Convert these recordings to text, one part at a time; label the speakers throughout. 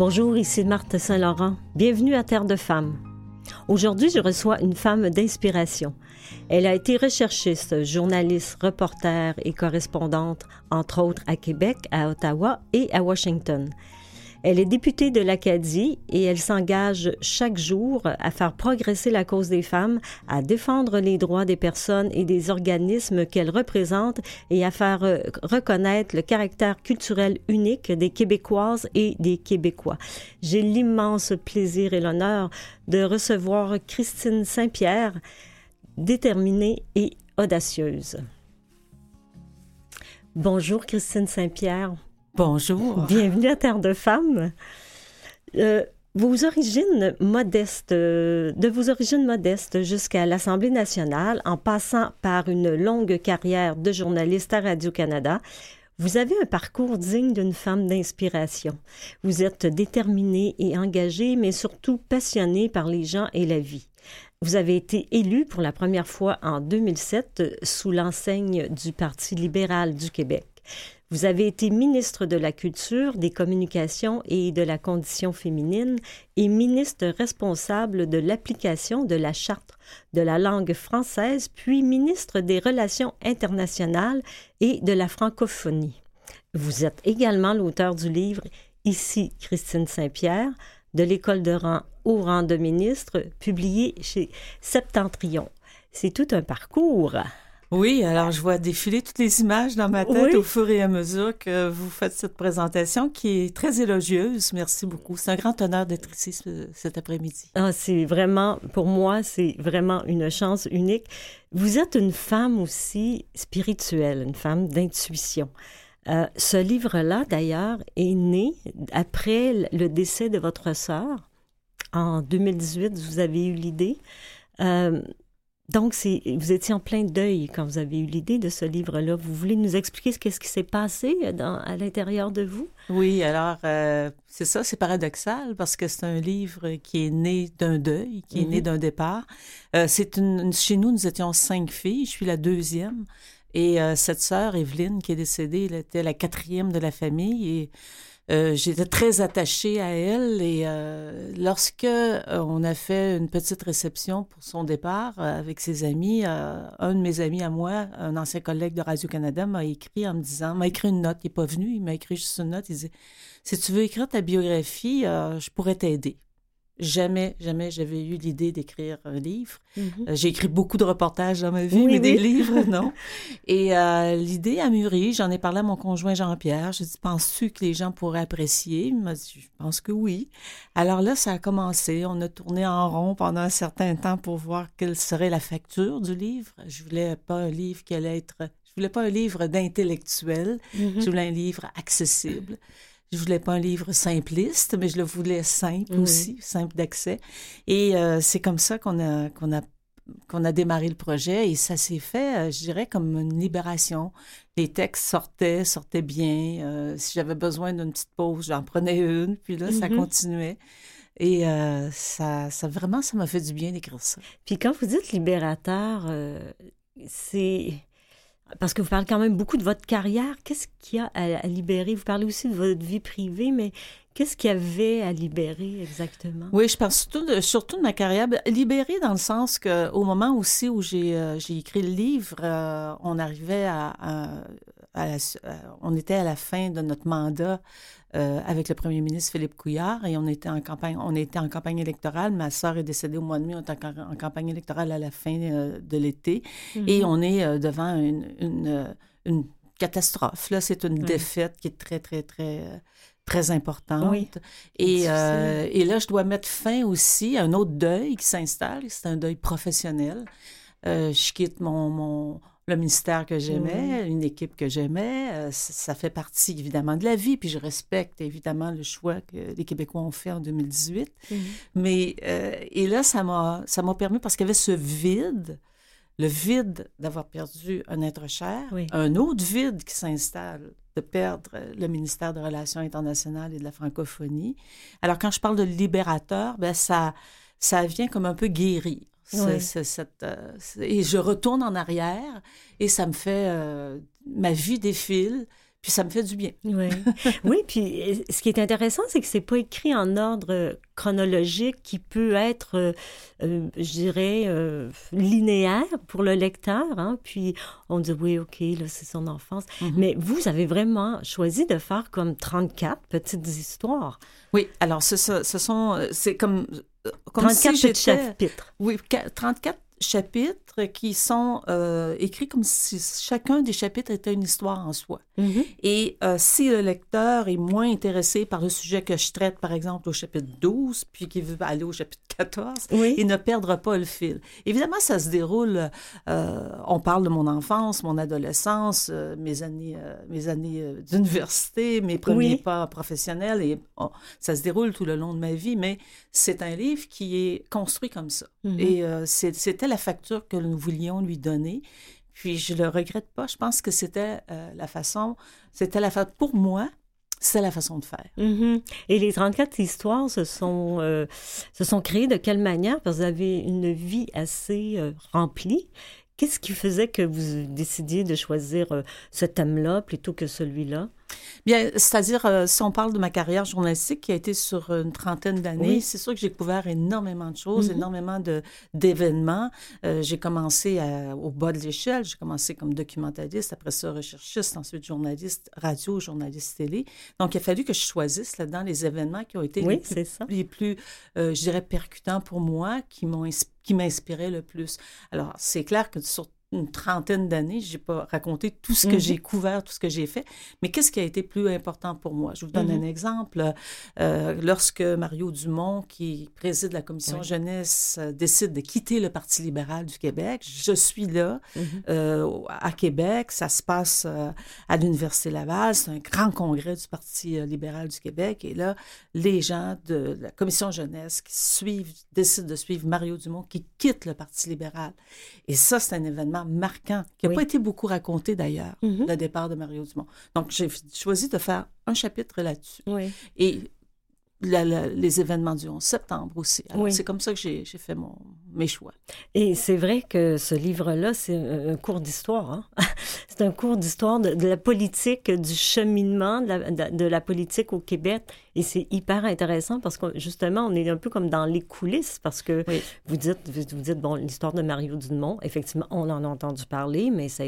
Speaker 1: Bonjour, ici Marthe Saint-Laurent. Bienvenue à Terre de Femmes. Aujourd'hui, je reçois une femme d'inspiration. Elle a été recherchiste, journaliste, reporter et correspondante, entre autres à Québec, à Ottawa et à Washington. Elle est députée de l'Acadie et elle s'engage chaque jour à faire progresser la cause des femmes, à défendre les droits des personnes et des organismes qu'elle représente et à faire reconnaître le caractère culturel unique des Québécoises et des Québécois. J'ai l'immense plaisir et l'honneur de recevoir Christine Saint-Pierre, déterminée et audacieuse. Bonjour Christine Saint-Pierre.
Speaker 2: Bonjour.
Speaker 1: Bienvenue à Terre de Femmes. Vos origines modestes, de vos origines modestes jusqu'à l'Assemblée nationale, en passant par une longue carrière de journaliste à Radio-Canada, vous avez un parcours digne d'une femme d'inspiration. Vous êtes déterminée et engagée, mais surtout passionnée par les gens et la vie. Vous avez été élue pour la première fois en 2007 sous l'enseigne du Parti libéral du Québec. Vous avez été ministre de la Culture, des Communications et de la Condition féminine et ministre responsable de l'application de la Charte de la langue française, puis ministre des Relations internationales et de la francophonie. Vous êtes également l'auteur du livre « Ici Christine Saint-Pierre » de l'École de rang au rang de ministre, publié chez Septentrion. C'est tout un parcours.
Speaker 2: Oui, alors je vois défiler toutes les images dans ma tête au fur et à mesure que vous faites cette présentation qui est très élogieuse. Merci beaucoup. C'est un grand honneur d'être ici cet après-midi.
Speaker 1: Ah, c'est vraiment, pour moi, c'est vraiment une chance unique. Vous êtes une femme aussi spirituelle, une femme d'intuition. Ce livre-là, d'ailleurs, est né après le décès de votre sœur. En 2018, vous avez eu l'idée. Donc, vous étiez en plein deuil quand vous avez eu l'idée de ce livre-là. Vous voulez nous expliquer qu'est-ce qui s'est passé à l'intérieur de vous?
Speaker 2: Oui, alors, c'est ça, c'est paradoxal parce que c'est un livre qui est né d'un deuil, qui est né d'un départ. Chez nous étions 5 filles, je suis la 2e. Et cette sœur, Evelyne, qui est décédée, elle était la 4e de la famille et j'étais très attachée à elle et lorsque on a fait une petite réception pour son départ avec ses amis, un de mes amis à moi, un ancien collègue de Radio-Canada, m'a écrit une note, il n'est pas venu, il m'a écrit juste une note, il disait « Si tu veux écrire ta biographie, je pourrais t'aider ». Jamais j'avais eu l'idée d'écrire un livre. J'ai écrit beaucoup de reportages dans ma vie, mais des livres, non. Et l'idée a mûri. J'en ai parlé à mon conjoint Jean-Pierre. J'ai dit, penses-tu que les gens pourraient apprécier? Il m'a dit, je pense que oui. Alors là, ça a commencé. On a tourné en rond pendant un certain temps pour voir quelle serait la facture du livre. Je voulais pas un livre je voulais pas un livre d'intellectuel. Je voulais un livre accessible. Je voulais pas un livre simpliste, mais je le voulais simple aussi, simple d'accès. Et c'est comme ça qu'on a démarré le projet et ça s'est fait, je dirais, comme une libération. Les textes sortaient bien. Si j'avais besoin d'une petite pause, j'en prenais une, puis là, ça continuait. Et ça m'a fait du bien d'écrire ça.
Speaker 1: Puis quand vous dites libérateur, c'est... Parce que vous parlez quand même beaucoup de votre carrière. Qu'est-ce qu'il y a à libérer? Vous parlez aussi de votre vie privée, mais qu'est-ce qu'il y avait à libérer exactement?
Speaker 2: Oui, je parle surtout de ma carrière. Libérer dans le sens qu'au moment aussi où j'ai écrit le livre, on arrivait on était à la fin de notre mandat avec le premier ministre Philippe Couillard et on était en campagne électorale. Ma sœur est décédée au mois de mai, on était en campagne électorale à la fin de l'été et on est devant une catastrophe. Là, c'est une défaite qui est très, très, très... très importante. Oui. Et là, je dois mettre fin aussi à un autre deuil qui s'installe. C'est un deuil professionnel. Je quitte le ministère que j'aimais, une équipe que j'aimais. Ça fait partie, évidemment, de la vie. Puis je respecte, évidemment, le choix que les Québécois ont fait en 2018. Mais, et là, ça m'a permis, parce qu'il y avait ce vide, le vide d'avoir perdu un être cher, un autre vide qui s'installe, de perdre le ministère des Relations internationales et de la francophonie. Alors, quand je parle de libérateur, ben ça vient comme un peu guérir. Et je retourne en arrière et ça me fait... ma vie défile, puis ça me fait du bien.
Speaker 1: Oui, oui, puis ce qui est intéressant, c'est que c'est pas écrit en ordre chronologique qui peut être, je dirais, linéaire pour le lecteur, hein? Puis on dit, oui, OK, là, c'est son enfance. Mais vous avez vraiment choisi de faire comme 34 petites histoires.
Speaker 2: Oui, alors c'est comme
Speaker 1: 34
Speaker 2: si
Speaker 1: petits chapitres.
Speaker 2: Oui, 34 chapitres qui sont écrits comme si chacun des chapitres était une histoire en soi. Et si le lecteur est moins intéressé par le sujet que je traite, par exemple, au chapitre 12, puis qu'il veut aller au chapitre 14, il ne perdra pas le fil. Évidemment, ça se déroule, on parle de mon enfance, mon adolescence, mes années d'université, mes premiers pas professionnels, et ça se déroule tout le long de ma vie, mais c'est un livre qui est construit comme ça. Et c'était la facture que nous voulions lui donner. Puis je le regrette pas. Je pense que c'était pour moi, c'est la façon de faire.
Speaker 1: Et les 34 histoires se sont créées de quelle manière? Parce que vous avez une vie assez remplie. Qu'est-ce qui faisait que vous décidiez de choisir ce thème-là plutôt que celui-là?
Speaker 2: Bien, c'est-à-dire, si on parle de ma carrière journalistique qui a été sur une trentaine d'années, c'est sûr que j'ai couvert énormément de choses, énormément d'événements. J'ai commencé au bas de l'échelle, j'ai commencé comme documentaliste, après ça recherchiste, ensuite journaliste radio, journaliste télé. Donc, il a fallu que je choisisse là-dedans les événements qui ont été les plus je dirais, percutants pour moi, qui m'inspiraient le plus. Alors, c'est clair que sur une trentaine d'années, je n'ai pas raconté tout ce que j'ai couvert, tout ce que j'ai fait, mais qu'est-ce qui a été plus important pour moi? Je vous donne un exemple. Lorsque Mario Dumont, qui préside la commission jeunesse, décide de quitter le Parti libéral du Québec, je suis là, à Québec, ça se passe à l'Université Laval, c'est un grand congrès du Parti libéral du Québec, et là, les gens de la commission jeunesse décident de suivre Mario Dumont, qui quitte le Parti libéral. Et ça, c'est un événement marquant, qui n'a pas été beaucoup raconté d'ailleurs, le départ de Mario Dumont. Donc, j'ai choisi de faire un chapitre là-dessus. Et les événements du 11 septembre aussi. Alors, c'est comme ça que j'ai fait mes choix.
Speaker 1: Et c'est vrai que ce livre-là, c'est un cours d'histoire. Hein? C'est un cours d'histoire de la politique, du cheminement de la politique au Québec. Et c'est hyper intéressant parce que, justement, on est un peu comme dans les coulisses parce que vous dites, bon, l'histoire de Mario Dumont, effectivement, on en a entendu parler, mais ça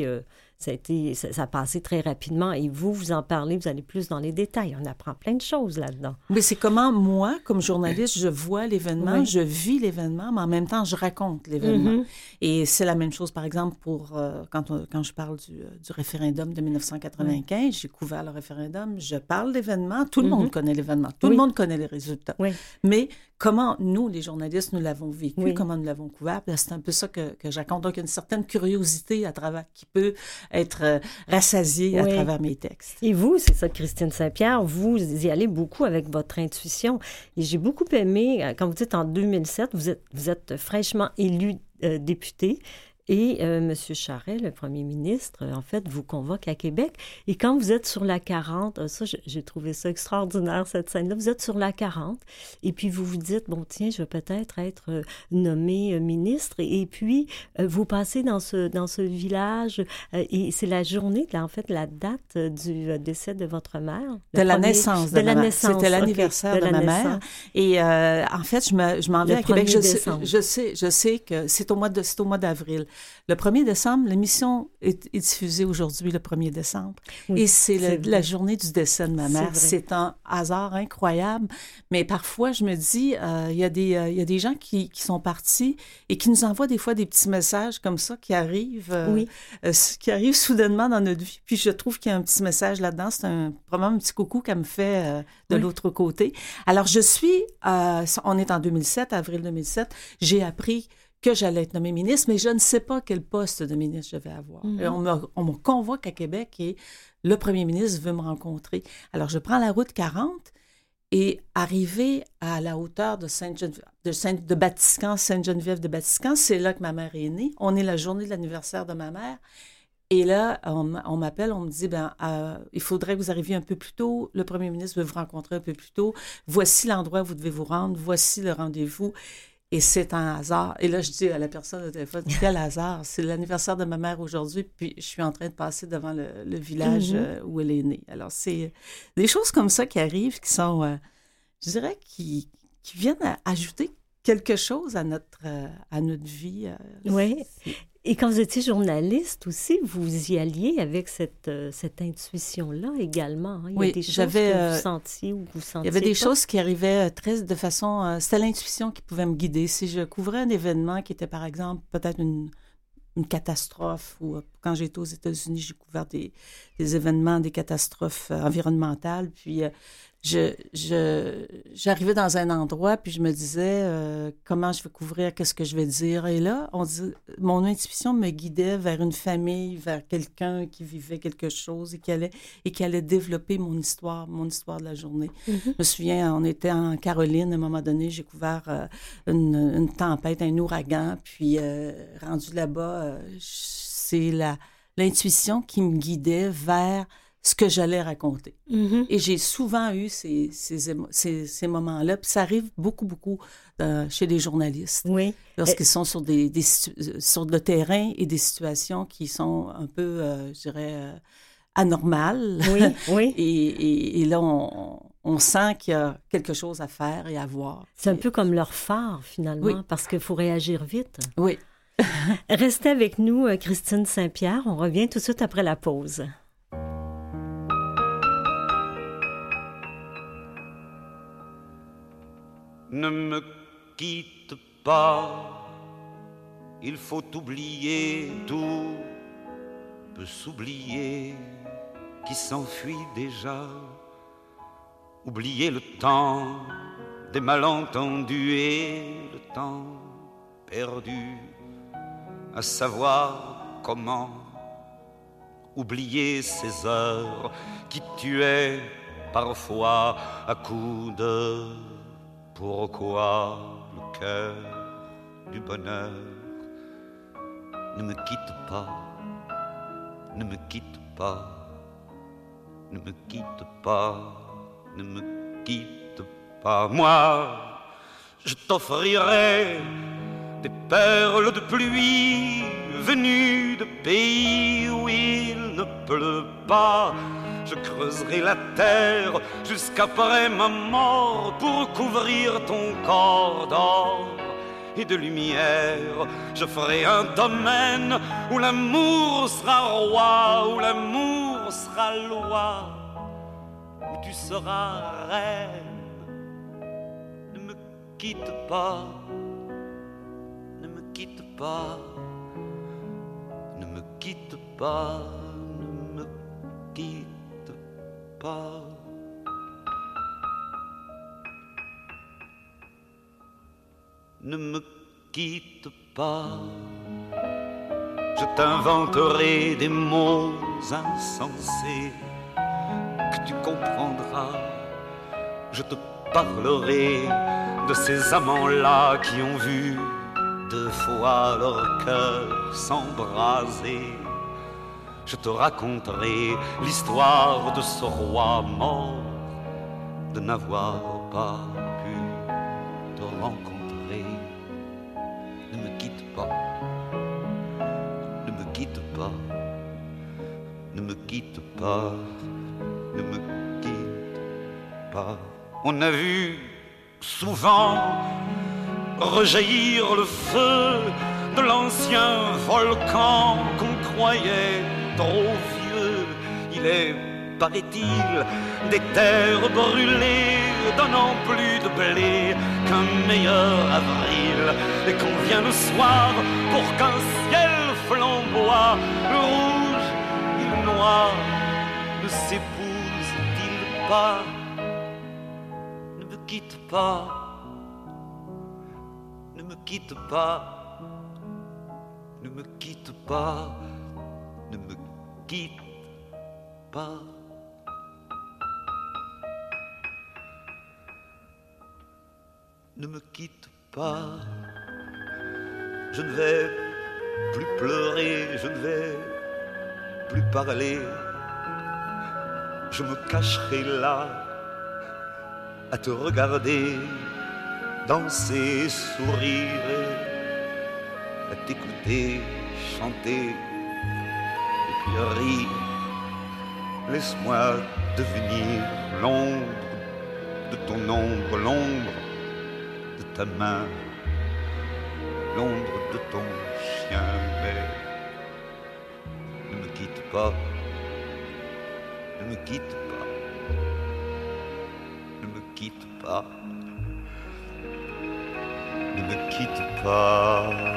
Speaker 1: a passé très rapidement. Et vous en parlez, vous allez plus dans les détails. On apprend plein de choses là-dedans.
Speaker 2: Mais c'est comment, moi, comme journaliste, je vois l'événement, je vis l'événement, mais en même temps, je raconte l'événement. Et c'est la même chose, par exemple, pour quand je parle du référendum de 1995, j'ai couvert le référendum, je parle d'événement, tout le monde connaît l'événement, tout le monde connaît les résultats. Mais comment nous, les journalistes, nous l'avons vécu, comment nous l'avons couvert, c'est un peu ça que je raconte. Donc, il y a une certaine curiosité qui peut être rassasiée à travers mes textes.
Speaker 1: Et vous, c'est ça, Christine Saint-Pierre, vous y allez beaucoup avec votre intuition. Et j'ai beaucoup aimé, quand vous dites en 2007, vous êtes fraîchement élu député. Et M. Charest, le premier ministre, en fait, vous convoque à Québec. Et quand vous êtes sur la 40, ça, j'ai trouvé ça extraordinaire, cette scène-là. Vous êtes sur la 40, et puis vous vous dites, bon, tiens, je vais peut-être être nommé ministre. Et puis, vous passez dans ce village, et c'est la journée, en fait, la date du décès de votre mère.
Speaker 2: De la naissance de ma mère. C'était l'anniversaire de ma mère. Et en fait, je m'en vais à Québec. Je sais que c'est au mois d'avril. Le 1er décembre, l'émission est diffusée aujourd'hui, le 1er décembre. Et c'est la journée du décès de ma mère. C'est un hasard incroyable. Mais parfois, je me dis, il y a des gens qui sont partis et qui nous envoient des fois des petits messages comme ça qui arrivent soudainement dans notre vie. Puis je trouve qu'il y a un petit message là-dedans. C'est probablement un petit coucou qu'elle me fait de l'autre côté. Alors, on est en 2007, avril 2007, j'ai appris que j'allais être nommée ministre, mais je ne sais pas quel poste de ministre je vais avoir. Et on me convoque à Québec et le premier ministre veut me rencontrer. Alors, je prends la route 40 et arrivé à la hauteur de Batiscan, Sainte-Geneviève de Batiscan, c'est là que ma mère est née. On est la journée de l'anniversaire de ma mère. Et là, on m'appelle, on me dit, il faudrait que vous arriviez un peu plus tôt. Le premier ministre veut vous rencontrer un peu plus tôt. Voici l'endroit où vous devez vous rendre. Voici le rendez-vous. Et c'est un hasard. Et là, je dis à la personne au téléphone, quel hasard, c'est l'anniversaire de ma mère aujourd'hui, puis je suis en train de passer devant le village où elle est née. Alors, c'est des choses comme ça qui arrivent, qui sont, je dirais, qui viennent ajouter quelque chose à notre vie.
Speaker 1: Oui. Et quand vous étiez journaliste aussi, vous y alliez avec cette intuition-là également. Hein? Il y a des choses que vous sentiez ou vous sentiez.
Speaker 2: Il y avait des
Speaker 1: pas.
Speaker 2: choses qui arrivaient de façon... c'était l'intuition qui pouvait me guider. Si je couvrais un événement qui était, par exemple, peut-être une catastrophe, ou quand j'étais aux États-Unis, j'ai couvert des événements, des catastrophes environnementales, puis j'arrivais dans un endroit, puis je me disais comment je vais couvrir, qu'est-ce que je vais dire. Et là, mon intuition me guidait vers une famille, vers quelqu'un qui vivait quelque chose et qui allait développer mon histoire de la journée. Mm-hmm. Je me souviens, on était en Caroline, à un moment donné, j'ai couvert une tempête, un ouragan, puis rendu là-bas, c'est l'intuition qui me guidait vers ce que j'allais raconter. Mm-hmm. Et j'ai souvent eu ces moments-là. Puis ça arrive beaucoup, beaucoup chez les journalistes. Oui. Lorsqu'ils sont sur sur le terrain et des situations qui sont un peu, je dirais, anormales. Oui, oui. Et là, on sent qu'il y a quelque chose à faire et à voir.
Speaker 1: C'est un peu comme leur phare, finalement, oui. Parce qu'il faut réagir vite.
Speaker 2: Oui.
Speaker 1: Restez avec nous, Christine Saint-Pierre. On revient tout de suite après la pause.
Speaker 3: Ne me quitte pas, il faut oublier, tout peut s'oublier, qui s'enfuit déjà. Oublier le temps des malentendus et le temps perdu, à savoir comment. Oublier ces heures qui tuaient parfois à coups de pourquoi le cœur du bonheur. Ne me quitte pas, ne me quitte pas, ne me quitte pas, ne me quitte pas. Moi, je t'offrirai des perles de pluie venues de pays où il ne pleut pas. Je creuserai la terre jusqu'après ma mort pour couvrir ton corps d'or et de lumière. Je ferai un domaine où l'amour sera roi, où l'amour sera loi, où tu seras reine. Ne me quitte pas, ne me quitte pas, ne me quitte pas, ne me quitte pas. Ne me quitte pas, je t'inventerai des mots insensés que tu comprendras. Je te parlerai de ces amants-là qui ont vu 2 fois leur cœur s'embraser. Je te raconterai l'histoire de ce roi mort, de n'avoir pas pu te rencontrer. Ne me quitte pas, ne me quitte pas, ne me quitte pas, ne me quitte pas. On a vu souvent rejaillir le feu de l'ancien volcan qu'on croyait trop vieux. Il est, paraît-il, des terres brûlées donnant plus de blé qu'un meilleur avril, et qu'on vient le soir pour qu'un ciel flamboie. Le rouge et le noir ne s'épousent-ils pas? Ne me quitte pas, ne me quitte pas, ne me quitte pas, ne me quitte pas. Ne me quitte pas, je ne vais plus pleurer, je ne vais plus parler. Je me cacherai là à te regarder danser, sourire, à t'écouter, chanter, et puis rire. Laisse-moi devenir l'ombre de ton ombre, l'ombre de ta main, l'ombre de ton chien, mais ne me quitte pas, ne me quitte pas, ne me quitte pas, ne me quitte pas.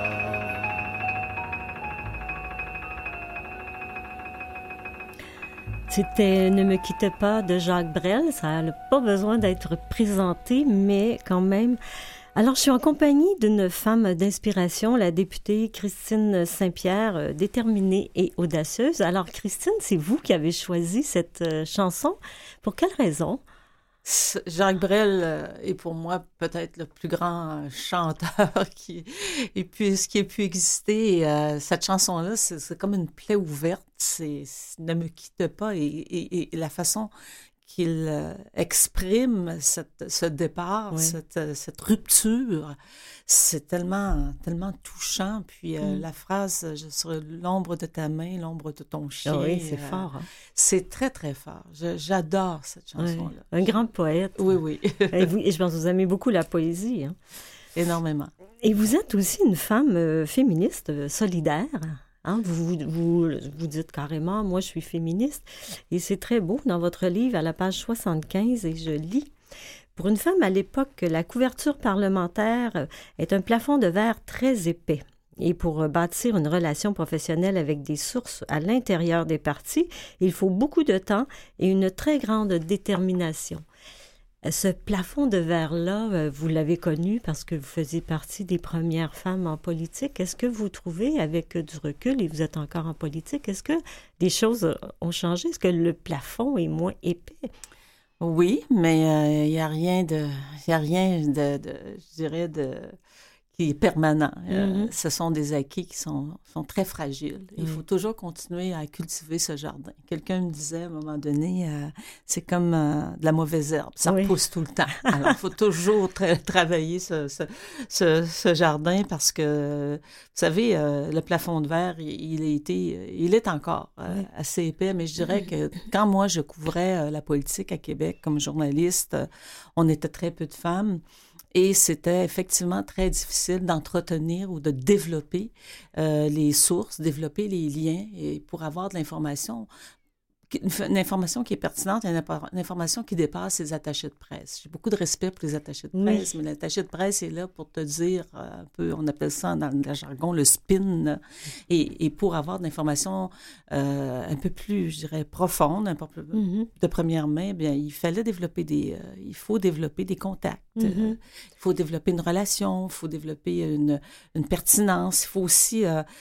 Speaker 1: C'était Ne me quitte pas de Jacques Brel. Ça n'a pas besoin d'être présenté, mais quand même. Alors, je suis en compagnie d'une femme d'inspiration, la députée Christine Saint-Pierre, déterminée et audacieuse. Alors, Christine, c'est vous qui avez choisi cette chanson. Pour quelle raison?
Speaker 2: Jacques Brel est pour moi peut-être le plus grand chanteur qui ait pu exister. Cette chanson-là, c'est comme une plaie ouverte. Ne me quitte pas et la façon qu'il exprime ce départ, oui. cette rupture, c'est tellement touchant. Puis la phrase « Je serai l'ombre de ta main, l'ombre de ton chien ».
Speaker 1: Oui, c'est fort. Hein?
Speaker 2: C'est très, très fort. J'adore cette chanson-là.
Speaker 1: Oui. Un grand poète.
Speaker 2: Oui, oui.
Speaker 1: et je pense que vous aimez beaucoup la poésie. Hein?
Speaker 2: Énormément.
Speaker 1: Et vous êtes aussi une femme féministe, solidaire. Hein, vous dites carrément, moi je suis féministe, et c'est très beau dans votre livre à la page 75, et je lis. Pour une femme à l'époque, la couverture parlementaire est un plafond de verre très épais. Et pour bâtir une relation professionnelle avec des sources à l'intérieur des partis, il faut beaucoup de temps et une très grande détermination. Ce plafond de verre-là, vous l'avez connu parce que vous faisiez partie des premières femmes en politique. Est-ce que vous trouvez, avec du recul, et vous êtes encore en politique, est-ce que des choses ont changé? Est-ce que le plafond est moins épais?
Speaker 2: Oui, mais il n'y a rien de, je dirais, qui est permanent. Ce sont des acquis qui sont très fragiles. Il faut toujours continuer à cultiver ce jardin. Quelqu'un me disait à un moment donné, c'est comme de la mauvaise herbe, ça repousse tout le temps. Alors, il faut toujours travailler ce jardin parce que, vous savez, le plafond de verre, il est encore assez épais, mais je dirais que quand moi, je couvrais la politique à Québec comme journaliste, on était très peu de femmes. Et c'était effectivement très difficile d'entretenir ou de développer les sources, développer les liens et pour avoir de l'information. Une information qui est pertinente, une information qui dépasse les attachés de presse. J'ai beaucoup de respect pour les attachés de presse, mais l'attaché de presse est là pour te dire un peu, on appelle ça dans le jargon le spin, et pour avoir de l'information un peu plus, je dirais, profonde, un peu plus de première main, bien, il faut développer des contacts, il faut développer une relation, il faut développer une pertinence, il faut aussi,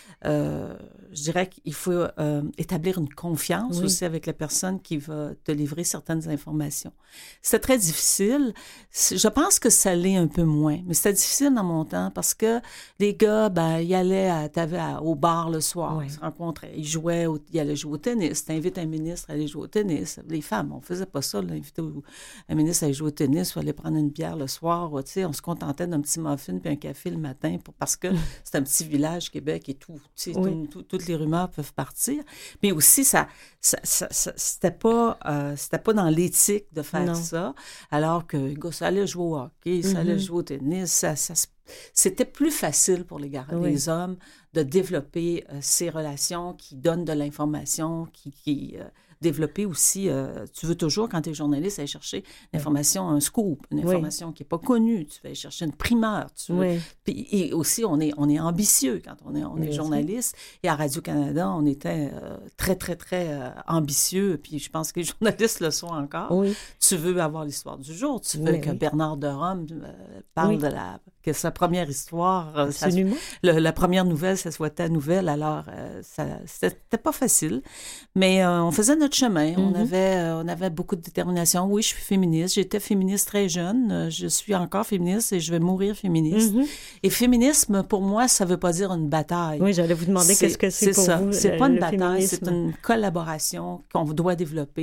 Speaker 2: je dirais qu'il faut établir une confiance aussi avec la personne qui va te livrer certaines informations. C'était très difficile. Je pense que ça l'est un peu moins, mais c'était difficile dans mon temps parce que les gars, ils allaient au bar le soir, ils se rencontraient, ils allaient jouer au tennis. T'invites un ministre à aller jouer au tennis. Les femmes, on faisait pas ça, inviter un ministre à aller jouer au tennis ou aller prendre une bière le soir. On se contentait d'un petit muffin puis un café le matin parce que c'est un petit village, Québec, et tout. Toutes les rumeurs peuvent partir. Mais aussi, c'était pas dans l'éthique de faire ça, alors que les gars, ça allait jouer au hockey, ça allait jouer au tennis, c'était plus facile pour les hommes de développer ces relations qui donnent de l'information, qui développer aussi, tu veux toujours, quand tu es journaliste, aller chercher l'information, un scoop, une information qui n'est pas connue, tu vas aller chercher une primeur. Et aussi, on est ambitieux quand on est journaliste. Et à Radio-Canada, on était très, très, très ambitieux. Puis je pense que les journalistes le sont encore. Tu veux avoir l'histoire du jour. Tu veux que Bernard de Rome parle que sa première histoire, la première nouvelle, ça soit ta nouvelle. Alors, c'était pas facile. Mais on faisait notre chemin. On avait beaucoup de détermination. Oui, je suis féministe. J'étais féministe très jeune. Je suis encore féministe et je vais mourir féministe. Et féminisme, pour moi, ça ne veut pas dire une bataille.
Speaker 1: Oui, j'allais vous demander qu'est-ce que c'est pour vous.
Speaker 2: C'est pas une bataille, c'est une collaboration qu'on doit développer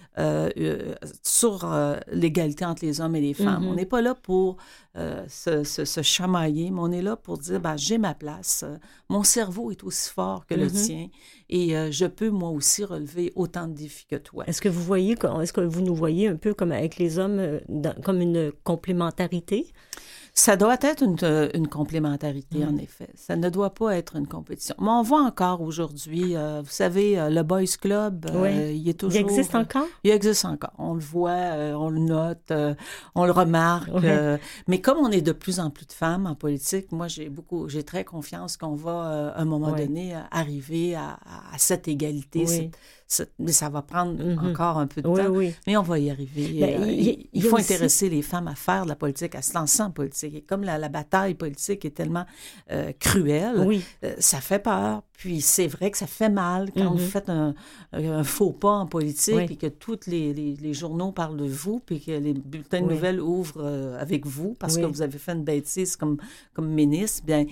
Speaker 2: sur l'égalité entre les hommes et les femmes. On n'est pas là pour se chamailler, mais on est là pour dire, j'ai ma place. Mon cerveau est aussi fort que le tien et je peux, moi aussi, relever autant de défis que toi.
Speaker 1: Est-ce que vous nous voyez un peu comme avec les hommes, comme une complémentarité?
Speaker 2: Ça doit être une complémentarité, en effet. Ça ne doit pas être une compétition. Mais on voit encore aujourd'hui, vous savez, le Boys Club, il est toujours...
Speaker 1: Il existe encore?
Speaker 2: Il existe encore. On le voit, on le note, on le remarque. Mais comme on est de plus en plus de femmes en politique, moi, j'ai très confiance qu'on va, à un moment donné, arriver à cette égalité. Mais ça va prendre encore un peu de temps. Mais on va y arriver. Il faut intéresser les femmes à faire de la politique, à se lancer en politique. Et comme la bataille politique est tellement cruelle, ça fait peur. Puis c'est vrai que ça fait mal quand vous faites un faux pas en politique puis que tous les journaux parlent de vous puis que les bulletins de nouvelles ouvrent avec vous parce que vous avez fait une bêtise comme ministre. Bien,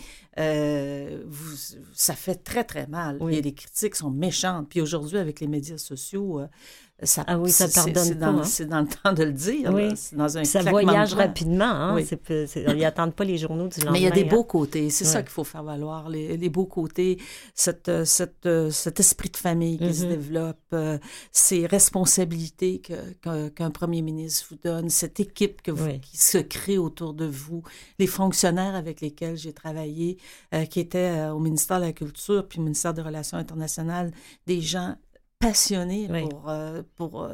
Speaker 2: ça fait très, très mal. Et les critiques sont méchantes. Puis aujourd'hui, avec les médias sociaux, ça pardonne pas. C'est dans le temps de le dire. C'est dans un
Speaker 1: ça voyage rapidement. Hein? Ils n'attendent pas les journaux du lendemain.
Speaker 2: Mais il y a des beaux côtés. C'est ça qu'il faut faire valoir. Les beaux côtés, cet esprit de famille qui se développe, ces responsabilités qu'un premier ministre vous donne, cette équipe qui se crée autour de vous, les fonctionnaires avec lesquels j'ai travaillé, qui étaient au ministère de la Culture puis au ministère des Relations internationales, des gens passionnés pour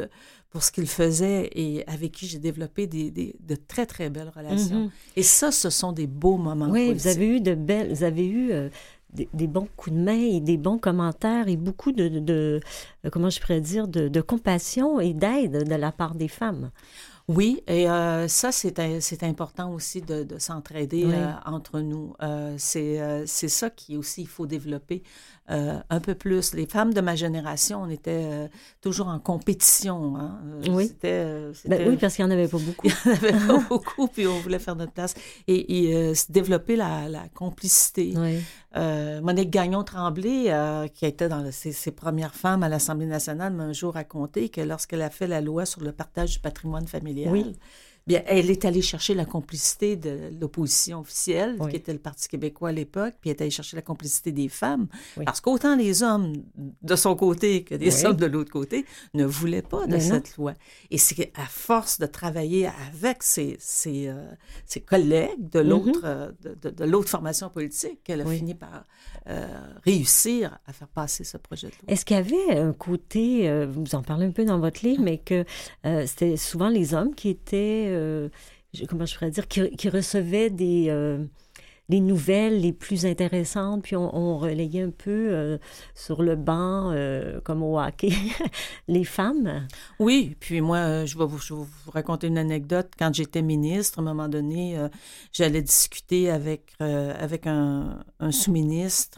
Speaker 2: ce qu'ils faisaient et avec qui j'ai développé de très, très belles relations. Et ça, ce sont des beaux moments politiques.
Speaker 1: Vous avez eu des bons coups de main et des bons commentaires et beaucoup comment je pourrais dire, de compassion et d'aide de la part des femmes.
Speaker 2: Oui, et ça, c'est important aussi de s'entraider entre nous. C'est ça qui aussi, il faut développer un peu plus. Les femmes de ma génération, on était toujours en compétition. Hein?
Speaker 1: Oui, parce qu'il n'y en avait pas beaucoup.
Speaker 2: Il n'y en avait pas beaucoup, puis on voulait faire notre place. Et développer la complicité. Monique Gagnon-Tremblay, qui était dans ses premières femmes à l'Assemblée nationale, m'a un jour raconté que lorsqu'elle a fait la loi sur le partage du patrimoine familial, bien, elle est allée chercher la complicité de l'opposition officielle, qui était le Parti québécois à l'époque, puis elle est allée chercher la complicité des femmes, parce qu'autant les hommes de son côté que les hommes de l'autre côté ne voulaient pas de cette loi. Et c'est à force de travailler avec ses collègues de l'autre formation politique qu'elle a fini par réussir à faire passer ce projet de loi.
Speaker 1: Est-ce qu'il y avait un côté, vous en parlez un peu dans votre livre, mais que c'était souvent les hommes qui étaient, comment je pourrais dire, qui recevaient les nouvelles les plus intéressantes, puis on relayait un peu sur le banc, comme au hockey, les femmes?
Speaker 2: Oui, puis moi, je vais vous raconter une anecdote. Quand j'étais ministre, à un moment donné, j'allais discuter avec un sous-ministre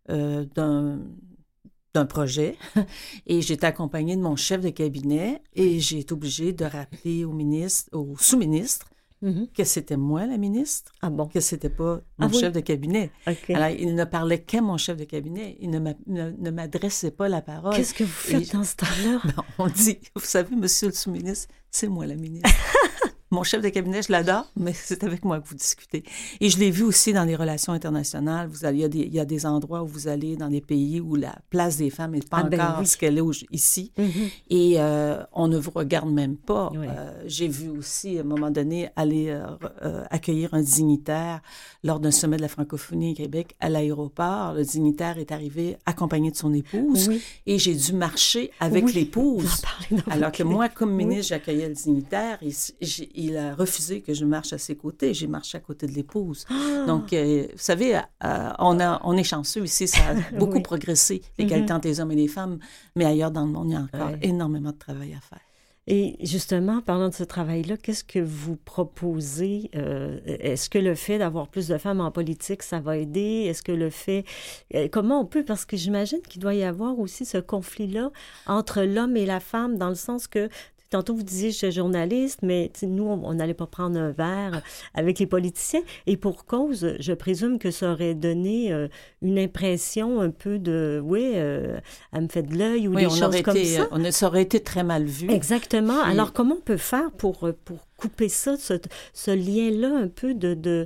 Speaker 2: d'un projet et j'étais accompagnée de mon chef de cabinet et j'ai été obligée de rappeler au sous-ministre que c'était moi, la ministre, que c'était pas mon chef de cabinet. Alors, il ne parlait qu'à mon chef de cabinet. Il ne m'adressait pas la parole.
Speaker 1: Qu'est-ce que vous faites dans ce temps-là?
Speaker 2: On dit, vous savez, monsieur le sous-ministre, c'est moi la ministre. Mon chef de cabinet, je l'adore, mais c'est avec moi que vous discutez. Et je l'ai vu aussi dans les relations internationales. Il y a des endroits où vous allez dans des pays où la place des femmes n'est pas encore ce qu'elle est ici. Et on ne vous regarde même pas. J'ai vu aussi, à un moment donné, aller accueillir un dignitaire lors d'un sommet de la francophonie au Québec à l'aéroport. Le dignitaire est arrivé accompagné de son épouse et j'ai dû marcher avec l'épouse. Alors que moi, comme ministre, j'accueillais le dignitaire et il a refusé que je marche à ses côtés. J'ai marché à côté de l'épouse. Donc, vous savez, on est chanceux ici. Ça a beaucoup progressé, l'égalité entre les hommes et les femmes. Mais ailleurs dans le monde, il y a encore énormément de travail à faire.
Speaker 1: Et justement, parlant de ce travail-là, qu'est-ce que vous proposez? Est-ce que le fait d'avoir plus de femmes en politique, ça va aider? Est-ce que le fait... comment on peut... Parce que j'imagine qu'il doit y avoir aussi ce conflit-là entre l'homme et la femme, dans le sens que Tantôt, vous disiez, je suis journaliste, mais nous, on n'allait pas prendre un verre avec les politiciens. Et pour cause, je présume que ça aurait donné une impression un peu de, elle me fait de l'œil ou des choses comme ça.
Speaker 2: Ça aurait été très mal vu.
Speaker 1: Exactement. Puis, alors, comment on peut faire pour couper ça, ce lien-là un peu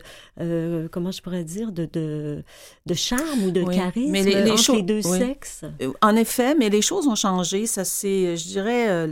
Speaker 1: comment je pourrais dire, de charme ou de charisme entre les deux sexes?
Speaker 2: En effet, mais les choses ont changé. Ça, c'est, je dirais,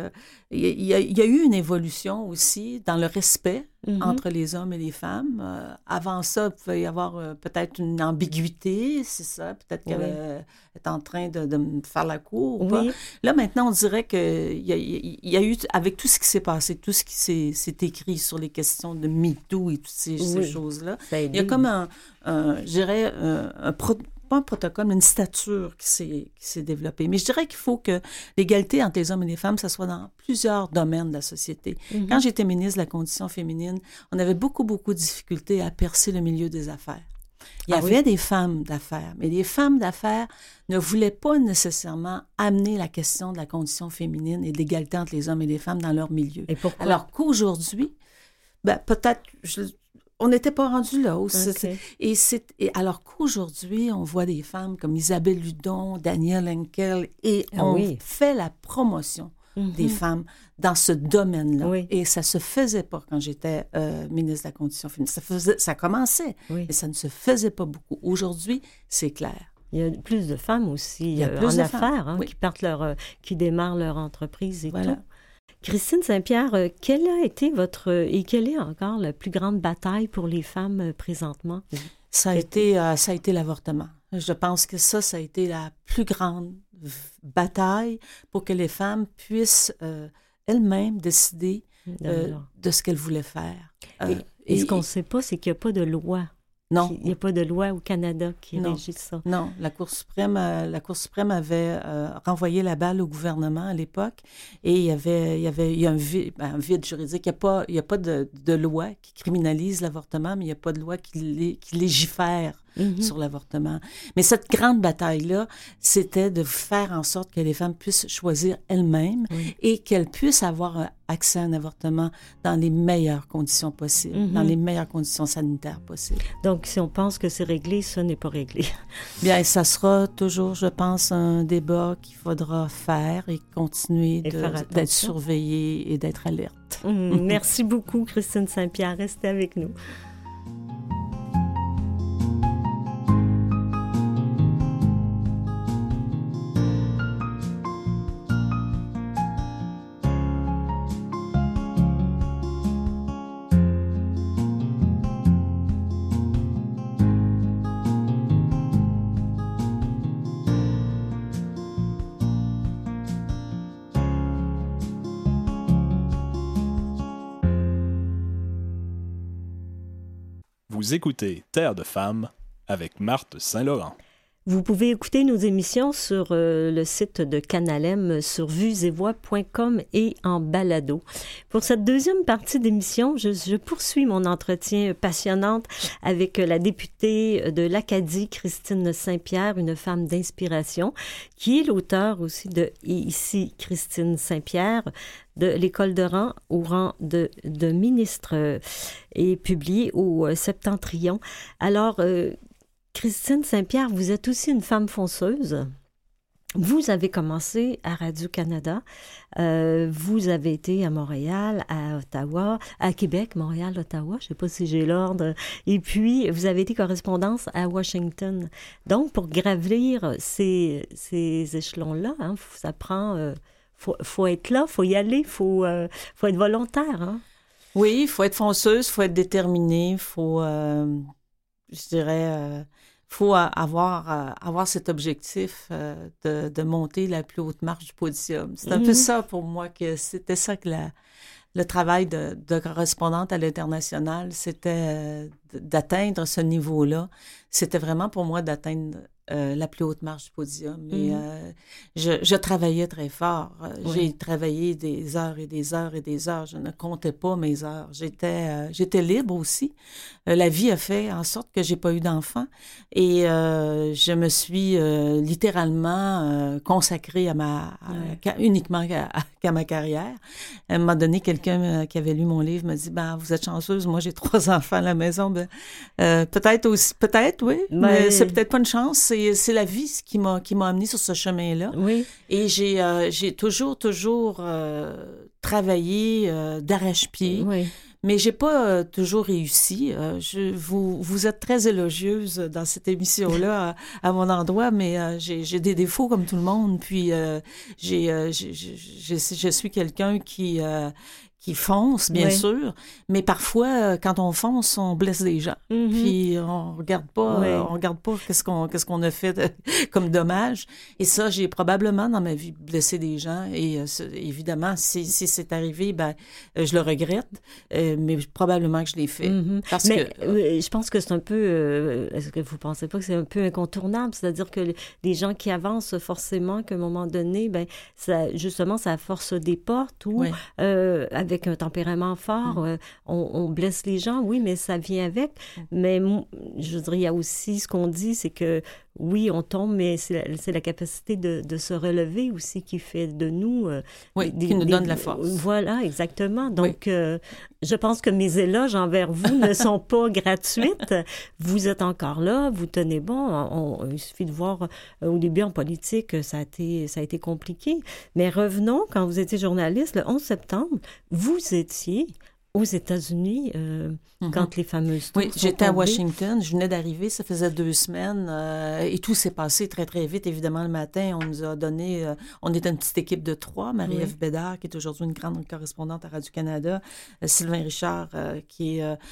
Speaker 2: il y a eu une évolution aussi dans le respect entre les hommes et les femmes. Avant ça, il pouvait y avoir peut-être une ambiguïté, c'est ça. Peut-être qu'elle est en train de me faire la cour ou pas. Là, maintenant, on dirait qu'il y a eu, avec tout ce qui s'est passé, tout ce qui s'est écrit sur les questions de MeToo et toutes ces choses-là, il y a comme je dirais, pas un protocole, mais une stature qui s'est développée. Mais je dirais qu'il faut que l'égalité entre les hommes et les femmes, ça soit dans plusieurs domaines de la société. Quand j'étais ministre de la Condition féminine, on avait beaucoup, beaucoup de difficultés à percer le milieu des affaires. Il y avait des femmes d'affaires, mais les femmes d'affaires ne voulaient pas nécessairement amener la question de la condition féminine et de l'égalité entre les hommes et les femmes dans leur milieu.
Speaker 1: Et pourquoi?
Speaker 2: Alors qu'aujourd'hui, peut-être... On n'était pas rendu là. Et alors qu'aujourd'hui, on voit des femmes comme Isabelle Ludon, Danielle Henkel, et on fait la promotion des femmes dans ce domaine-là. Et ça ne se faisait pas quand j'étais ministre de la Condition féminine. Ça commençait, mais ça ne se faisait pas beaucoup. Aujourd'hui, c'est clair.
Speaker 1: Il y a plus de femmes aussi en affaires qui démarrent leur entreprise et tout. Christine Saint-Pierre, quelle a été et quelle est encore la plus grande bataille pour les femmes présentement?
Speaker 2: Ça a été l'avortement. Je pense que ça a été la plus grande bataille pour que les femmes puissent elles-mêmes décider de ce qu'elles voulaient faire.
Speaker 1: Et ce qu'on ne sait pas, c'est qu'il n'y a pas de loi.
Speaker 2: Non.
Speaker 1: Il n'y a pas de loi au Canada qui régit ça.
Speaker 2: Non, la Cour suprême avait renvoyé la balle au gouvernement à l'époque et il y a un vide juridique. Il n'y a pas de loi qui criminalise l'avortement, mais il n'y a pas de loi qui légifère sur l'avortement. Mais cette grande bataille-là, c'était de faire en sorte que les femmes puissent choisir elles-mêmes et qu'elles puissent avoir accès à un avortement dans les meilleures conditions possibles, dans les meilleures conditions sanitaires possibles.
Speaker 1: Donc, si on pense que c'est réglé, ça n'est pas réglé.
Speaker 2: Bien, ça sera toujours, je pense, un débat qu'il faudra faire et continuer d'être surveillé et d'être alerte.
Speaker 1: Merci beaucoup, Christine Saint-Pierre. Restez avec nous.
Speaker 4: Vous écoutez Terre de femmes avec Marthe Saint-Laurent.
Speaker 1: Vous pouvez écouter nos émissions sur le site de Canalem sur vuesetvoix.com et en balado. Pour cette deuxième partie d'émission, je poursuis mon entretien passionnant avec la députée de l'Acadie, Christine Saint-Pierre, une femme d'inspiration, qui est l'auteure aussi de « Et ici, Christine Saint-Pierre », de l'École de rang au rang de ministre et publié au Septentrion. Alors, Christine Saint-Pierre, vous êtes aussi une femme fonceuse. Vous avez commencé à Radio-Canada. Vous avez été à Montréal, à Ottawa, à Québec, Montréal, Ottawa. Je ne sais pas si j'ai l'ordre. Et puis, vous avez été correspondance à Washington. Donc, pour gravir ces échelons-là, ça prend... faut être là, faut y aller, faut être volontaire. Hein?
Speaker 2: Oui, il faut être fonceuse, il faut être déterminée, faut, je dirais, faut avoir cet objectif de monter la plus haute marche du podium. C'est un peu ça pour moi, que c'était ça que le travail de correspondante à l'international, c'était d'atteindre ce niveau-là. C'était vraiment pour moi d'atteindre la plus haute marche du podium. Et je travaillais très fort. J'ai travaillé des heures et des heures et des heures. Je ne comptais pas mes heures. J'étais libre aussi. La vie a fait en sorte que j'ai pas eu d'enfant. Et je me suis littéralement consacrée uniquement qu'à ma carrière. À un moment donné, quelqu'un qui avait lu mon livre me dit, vous êtes chanceuse, moi j'ai 3 enfants à la maison. Peut-être aussi, peut-être, oui, mais c'est peut-être pas une chance. C'est la vie qui m'a amenée sur ce chemin-là.
Speaker 1: Oui.
Speaker 2: Et j'ai toujours travaillé d'arrache-pied.
Speaker 1: Oui.
Speaker 2: Mais j'ai pas toujours réussi. Vous êtes très élogieuse dans cette émission-là à mon endroit, mais j'ai des défauts comme tout le monde. Puis je suis quelqu'un qui fonce, bien sûr, mais parfois, quand on fonce, on blesse des gens. Puis on regarde pas qu'est-ce qu'on a fait comme dommage. Et ça, j'ai probablement dans ma vie blessé des gens. Et évidemment, si c'est arrivé, je le regrette, mais probablement que je l'ai fait. Parce que
Speaker 1: je pense que c'est un peu... est-ce que vous pensez pas que c'est un peu incontournable? C'est-à-dire que les gens qui avancent forcément, qu'à un moment donné, justement, ça force des portes ou avec un tempérament fort, on blesse les gens, oui, mais ça vient avec. Mais je dirais, il y a aussi ce qu'on dit, c'est que oui, on tombe, mais c'est la capacité de se relever aussi qui fait de nous...
Speaker 2: qui nous donne de la force.
Speaker 1: Voilà, exactement. Donc, je pense que mes éloges envers vous ne sont pas gratuites. Vous êtes encore là, vous tenez bon. Il suffit de voir, au début en politique, ça a été compliqué. Mais revenons, quand vous étiez journaliste, le 11 septembre, vous étiez aux États-Unis quand les fameuses tours sont
Speaker 2: j'étais à
Speaker 1: tombées.
Speaker 2: Washington. Je venais d'arriver, ça faisait 2 semaines et tout s'est passé très, très vite. Évidemment, le matin, on nous a donné... on était une petite équipe de 3. Marie-Ève Bédard, qui est aujourd'hui une grande correspondante à Radio-Canada. Sylvain Richard, qui est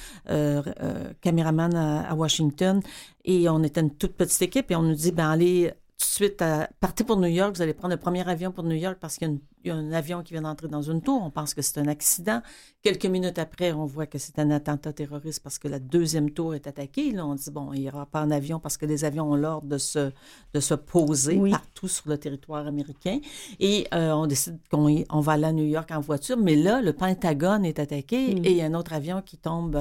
Speaker 2: caméraman à Washington. Et on était une toute petite équipe et on nous dit, allez... tout de suite, partez pour New York, vous allez prendre le premier avion pour New York parce qu'il y a un avion qui vient d'entrer dans une tour. On pense que c'est un accident. Quelques minutes après, on voit que c'est un attentat terroriste parce que la 2e tour est attaquée. Là, on dit, il n'y aura pas en avion parce que les avions ont l'ordre de se poser partout sur le territoire américain. Et on décide qu'on va aller à New York en voiture. Mais là, le Pentagone est attaqué et il y a un autre avion qui tombe,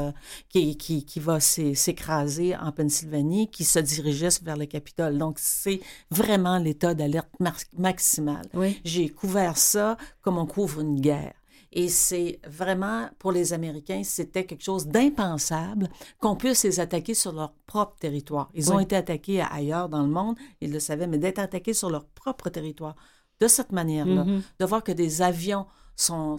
Speaker 2: qui va s'écraser en Pennsylvanie, qui se dirigeait vers le Capitole. Donc, c'est vraiment l'état d'alerte maximale.
Speaker 1: Oui.
Speaker 2: J'ai couvert ça comme on couvre une guerre. Et c'est vraiment, pour les Américains, c'était quelque chose d'impensable qu'on puisse les attaquer sur leur propre territoire. Ils ont été attaqués ailleurs dans le monde, ils le savaient, mais d'être attaqués sur leur propre territoire, de cette manière-là, de voir que des avions sont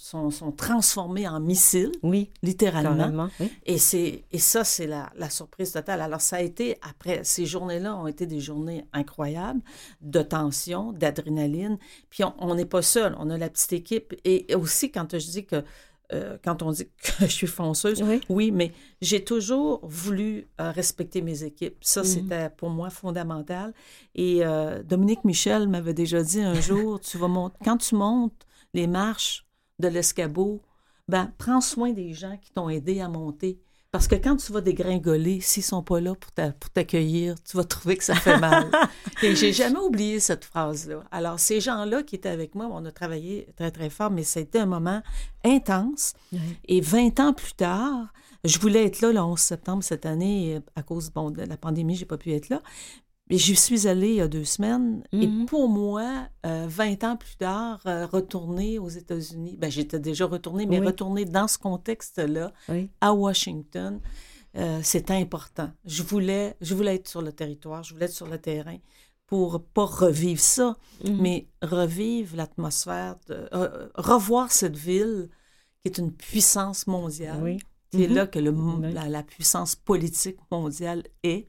Speaker 2: transformés en missiles, littéralement.
Speaker 1: Oui.
Speaker 2: Et ça, c'est la surprise totale. Alors, ça a été, après, ces journées-là ont été des journées incroyables, de tension, d'adrénaline. Puis, on n'est pas seul, on a la petite équipe. Et aussi, quand je dis que quand on dit que je suis fonceuse, oui, mais j'ai toujours voulu respecter mes équipes. Ça, c'était pour moi fondamental. Et Dominique Michel m'avait déjà dit un jour, quand tu montes les marches de l'escabeau, prends soin des gens qui t'ont aidé à monter. Parce que quand tu vas dégringoler, s'ils sont pas là pour t'accueillir, tu vas trouver que ça fait mal. Et j'ai jamais oublié cette phrase-là. Alors, ces gens-là qui étaient avec moi, on a travaillé très, très fort, mais ça a été un moment intense. Et 20 ans plus tard, je voulais être là le 11 septembre cette année. À cause de la pandémie, j'ai pas pu être là. Et j'y suis allée il y a 2 semaines. Et pour moi, 20 ans plus tard, retourner aux États-Unis, j'étais déjà retournée, mais retourner dans ce contexte-là, à Washington, c'était important. Je voulais être sur le territoire, je voulais être sur le terrain pour pas revivre ça, mais revivre l'atmosphère, revoir cette ville qui est une puissance mondiale. C'est là que la puissance politique mondiale est.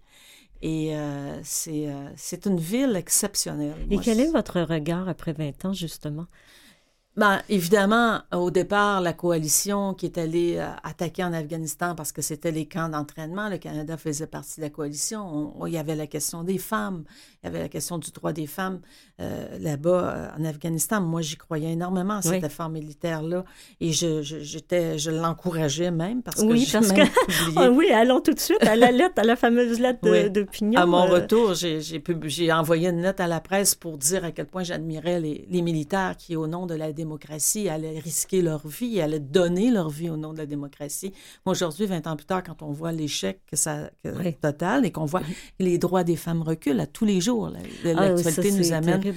Speaker 2: Et c'est une ville exceptionnelle.
Speaker 1: Et quel est votre regard après 20 ans, justement?
Speaker 2: Ben, évidemment, au départ, la coalition qui est allée attaquer en Afghanistan parce que c'était les camps d'entraînement, le Canada faisait partie de la coalition. Il y avait la question des femmes, il y avait la question du droit des femmes là-bas en Afghanistan. Moi, j'y croyais énormément à cet effort militaire-là et je l'encourageais même parce que j'ai même publié.
Speaker 1: Oui, allons tout de suite à la lettre, à la fameuse lettre d'opinion.
Speaker 2: À mon retour, j'ai envoyé une lettre à la presse pour dire à quel point j'admirais les militaires qui, au nom de la démocratie, allaient risquer leur vie, allaient donner leur vie au nom de la démocratie. Moi, aujourd'hui, 20 ans plus tard, quand on voit l'échec total et qu'on voit les droits des femmes reculent à tous les jours, l'actualité nous amène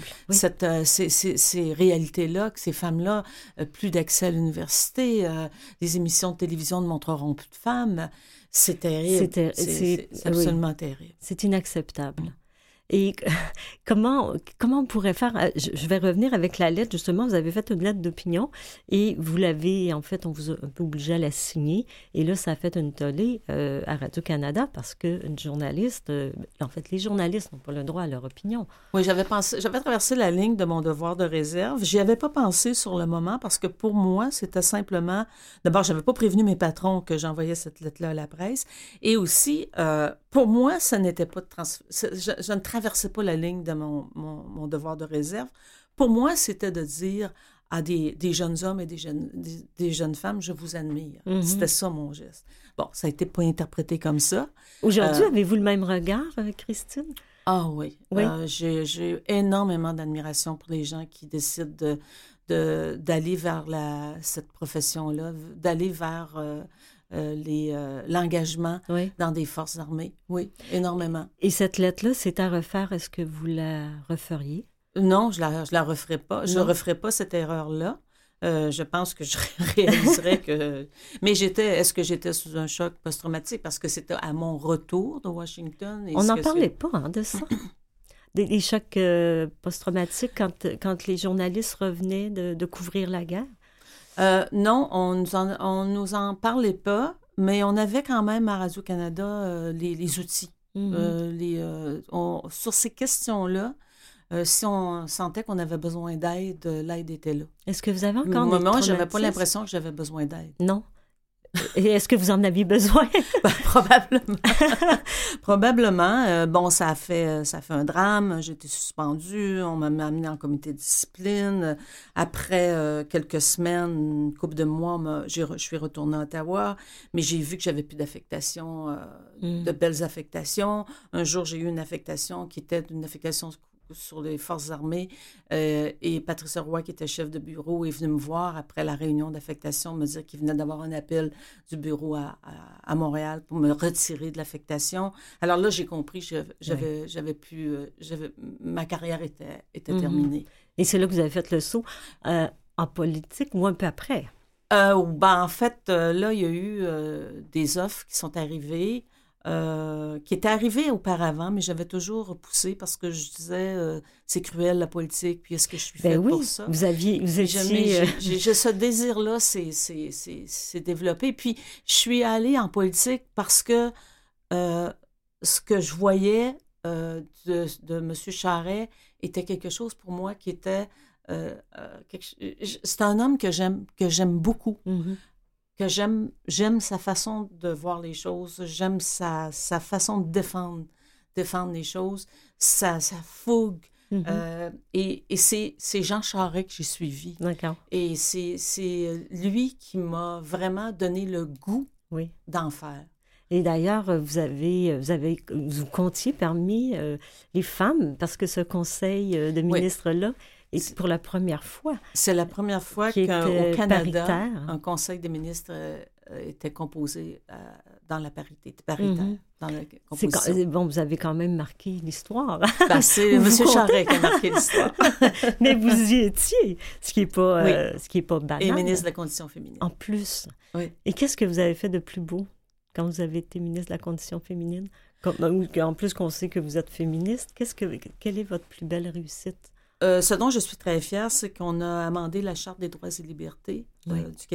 Speaker 2: ces réalités-là, que ces femmes-là, plus d'accès à l'université, les émissions de télévision ne montreront plus de femmes. C'est terrible. C'est absolument terrible.
Speaker 1: C'est inacceptable. Et comment on pourrait faire? Je vais revenir avec la lettre, justement. Vous avez fait une lettre d'opinion et vous l'avez, en fait, on vous a un peu obligé à la signer. Et là, ça a fait une tollée à Radio-Canada parce qu'une journaliste, en fait, les journalistes n'ont pas le droit à leur opinion.
Speaker 2: Oui, j'avais traversé la ligne de mon devoir de réserve. J'y avais pas pensé sur le moment parce que pour moi, c'était simplement... D'abord, j'avais pas prévenu mes patrons que j'envoyais cette lettre-là à la presse. Et aussi, pour moi, ça n'était pas de je ne traversais pas la ligne de mon devoir de réserve. Pour moi, c'était de dire à des jeunes hommes et des jeunes femmes, je vous admire. Mm-hmm. C'était ça mon geste. Bon, ça n'a été pas interprété comme ça.
Speaker 1: Aujourd'hui, avez-vous le même regard, Christine?
Speaker 2: Ah oui. J'ai énormément d'admiration pour les gens qui décident d'aller vers cette profession-là, d'aller vers... l'engagement dans des forces armées. Oui, énormément.
Speaker 1: Et cette lettre-là, c'est à refaire. Est-ce que vous la referiez?
Speaker 2: Non, je la referai pas. Je ne referai pas cette erreur-là. Je pense que je réaliserais que... Mais est-ce que j'étais sous un choc post-traumatique? Parce que c'était à mon retour de Washington.
Speaker 1: On n'en parlait pas de ça. Des chocs post-traumatiques quand les journalistes revenaient de couvrir la guerre?
Speaker 2: Non, on nous en parlait pas, mais on avait quand même à Radio-Canada les outils. Mm-hmm. Sur ces questions-là, si on sentait qu'on avait besoin d'aide, l'aide était là.
Speaker 1: Est-ce que vous avez encore
Speaker 2: des traumatismes? J'avais pas l'impression que j'avais besoin d'aide.
Speaker 1: Non. Et est-ce que vous en aviez besoin?
Speaker 2: Probablement. Probablement. Bon, ça a fait un drame. J'ai été suspendue. On m'a amenée en comité de discipline. Après quelques semaines, une couple de mois, je suis retournée à Ottawa. Mais j'ai vu que j'avais plus d'affectation, de belles affectations. Un jour, j'ai eu une affectation qui était une affectation sur les forces armées et Patricia Roy, qui était chef de bureau, est venue me voir après la réunion d'affectation, me dire qu'il venait d'avoir un appel du bureau à Montréal pour me retirer de l'affectation. Alors là, j'ai compris que ma carrière était terminée.
Speaker 1: Et c'est là que vous avez fait le saut en politique ou un peu après?
Speaker 2: En fait, là, il y a eu des offres qui sont arrivées. Qui était arrivé auparavant, mais j'avais toujours repoussé parce que je disais c'est cruel la politique, puis est-ce que je suis faite pour ça?
Speaker 1: Vous étiez...
Speaker 2: Ce désir-là s'est développé. Puis je suis allée en politique parce que ce que je voyais de M. Charest était quelque chose pour moi qui était... c'est un homme que j'aime beaucoup. Mm-hmm. Que j'aime sa façon de voir les choses, j'aime sa façon de défendre les choses, sa fougue. Mm-hmm. Et c'est Jean Charest que j'ai suivi.
Speaker 1: D'accord.
Speaker 2: Et c'est lui qui m'a vraiment donné le goût d'en faire.
Speaker 1: Et d'ailleurs, vous comptiez parmi les femmes, parce que ce conseil de ministres-là, et pour la première fois.
Speaker 2: C'est la première fois qu'au Canada, paritaire. Un conseil des ministres était composé dans la parité, paritaire,
Speaker 1: mm-hmm.
Speaker 2: dans la composition.
Speaker 1: Bon, vous avez quand même marqué l'histoire.
Speaker 2: C'est M. Charest qui a marqué l'histoire.
Speaker 1: Mais vous y étiez, ce qui est pas banal.
Speaker 2: Et ministre de la Condition féminine.
Speaker 1: En plus.
Speaker 2: Oui.
Speaker 1: Et qu'est-ce que vous avez fait de plus beau quand vous avez été ministre de la Condition féminine? En plus qu'on sait que vous êtes féministe, quelle est votre plus belle réussite?
Speaker 2: Ce dont je suis très fière, c'est qu'on a amendé la Charte des droits et libertés du Québec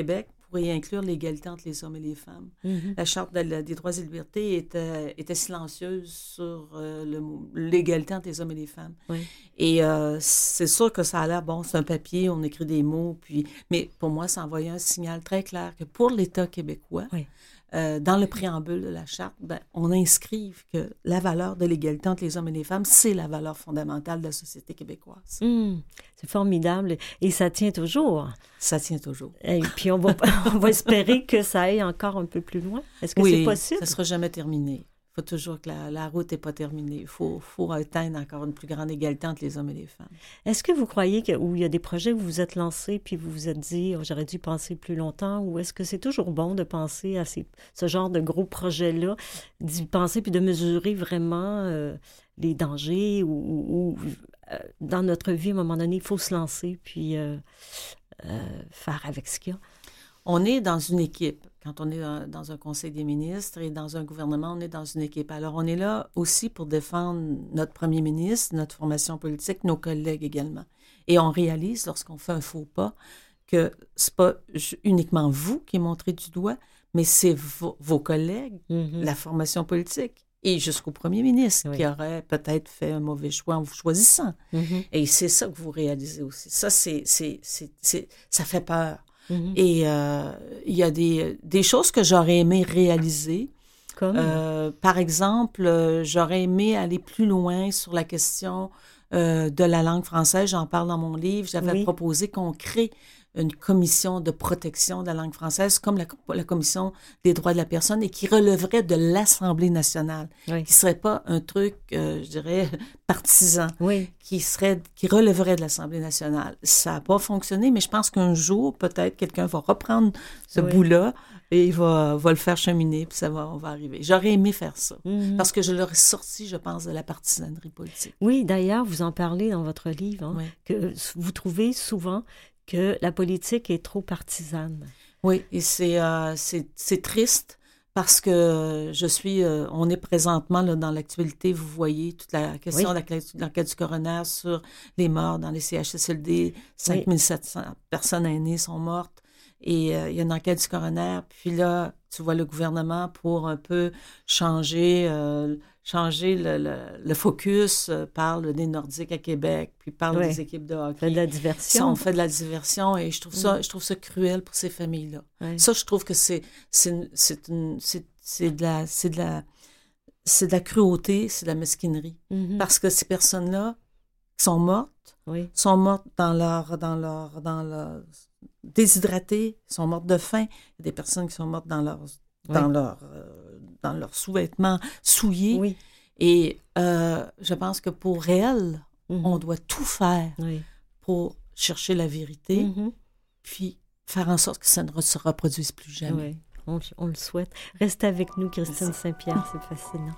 Speaker 2: pour y inclure l'égalité entre les hommes et les femmes. La Charte des droits et libertés était silencieuse sur l'égalité entre les hommes et les femmes.
Speaker 1: Oui.
Speaker 2: Et c'est sûr que ça a l'air, bon, c'est un papier, on écrit des mots, mais pour moi, ça envoyait un signal très clair que pour l'État québécois,
Speaker 1: Oui.
Speaker 2: dans le préambule de la Charte, on inscrive que la valeur de l'égalité entre les hommes et les femmes, c'est la valeur fondamentale de la société québécoise.
Speaker 1: C'est formidable. Et ça tient toujours.
Speaker 2: Ça tient toujours.
Speaker 1: Et puis, on va espérer que ça aille encore un peu plus loin. Est-ce que
Speaker 2: oui,
Speaker 1: c'est possible?
Speaker 2: Ça ne sera jamais terminé. Il faut toujours que la route n'est pas terminée. Il faut atteindre encore une plus grande égalité entre les hommes et les femmes.
Speaker 1: Est-ce que vous croyez qu'il y a des projets où vous vous êtes lancé puis vous vous êtes dit « j'aurais dû penser plus longtemps » ou est-ce que c'est toujours bon de penser à ce genre de gros projets-là, d'y penser puis de mesurer vraiment les dangers ou dans notre vie, à un moment donné, il faut se lancer puis faire avec ce qu'il y a?
Speaker 2: On est dans une équipe. Quand on est dans un conseil des ministres et dans un gouvernement, on est dans une équipe. Alors, on est là aussi pour défendre notre premier ministre, notre formation politique, nos collègues également. Et on réalise, lorsqu'on fait un faux pas, que c'est pas uniquement vous qui montrez du doigt, mais c'est vos collègues, la formation politique, et jusqu'au premier ministre qui aurait peut-être fait un mauvais choix en vous choisissant. Et c'est ça que vous réalisez aussi. Ça, ça fait peur. Et il y a des choses que j'aurais aimé réaliser.
Speaker 1: Comme?
Speaker 2: Par exemple, j'aurais aimé aller plus loin sur la question de la langue française. J'en parle dans mon livre. J'avais proposé qu'on crée une commission de protection de la langue française comme la commission des droits de la personne et qui relèverait de l'Assemblée nationale, qui ne serait pas un truc, je dirais, partisan, qui relèverait de l'Assemblée nationale. Ça n'a pas fonctionné, mais je pense qu'un jour, peut-être, quelqu'un va reprendre ce bout-là et il va le faire cheminer, puis on va arriver. J'aurais aimé faire ça, parce que je l'aurais sorti, je pense, de la partisanerie politique.
Speaker 1: Oui, d'ailleurs, vous en parlez dans votre livre, que vous trouvez souvent que la politique est trop partisane. Oui,
Speaker 2: et c'est triste parce que on est présentement là, dans l'actualité, vous voyez toute la question de l'enquête du coroner sur les morts dans les CHSLD, 5700 personnes aînées sont mortes et il y a une enquête du coroner, puis là, tu vois le gouvernement pour un peu changer le focus, parle des Nordiques à Québec, puis parle des équipes de hockey.
Speaker 1: On fait de la diversion.
Speaker 2: On fait de la diversion et je trouve ça cruel pour ces familles-là. Ça, je trouve que c'est de la cruauté, c'est de la mesquinerie. Parce que ces personnes-là qui sont mortes dans leur déshydratées, sont mortes de faim. Il y a des personnes qui sont mortes dans leurs sous-vêtements souillés. Et je pense que pour elles, on doit tout faire pour chercher la vérité, puis faire en sorte que ça ne se reproduise plus jamais.
Speaker 1: On le souhaite. Restez avec nous, Christine Saint-Pierre, c'est fascinant.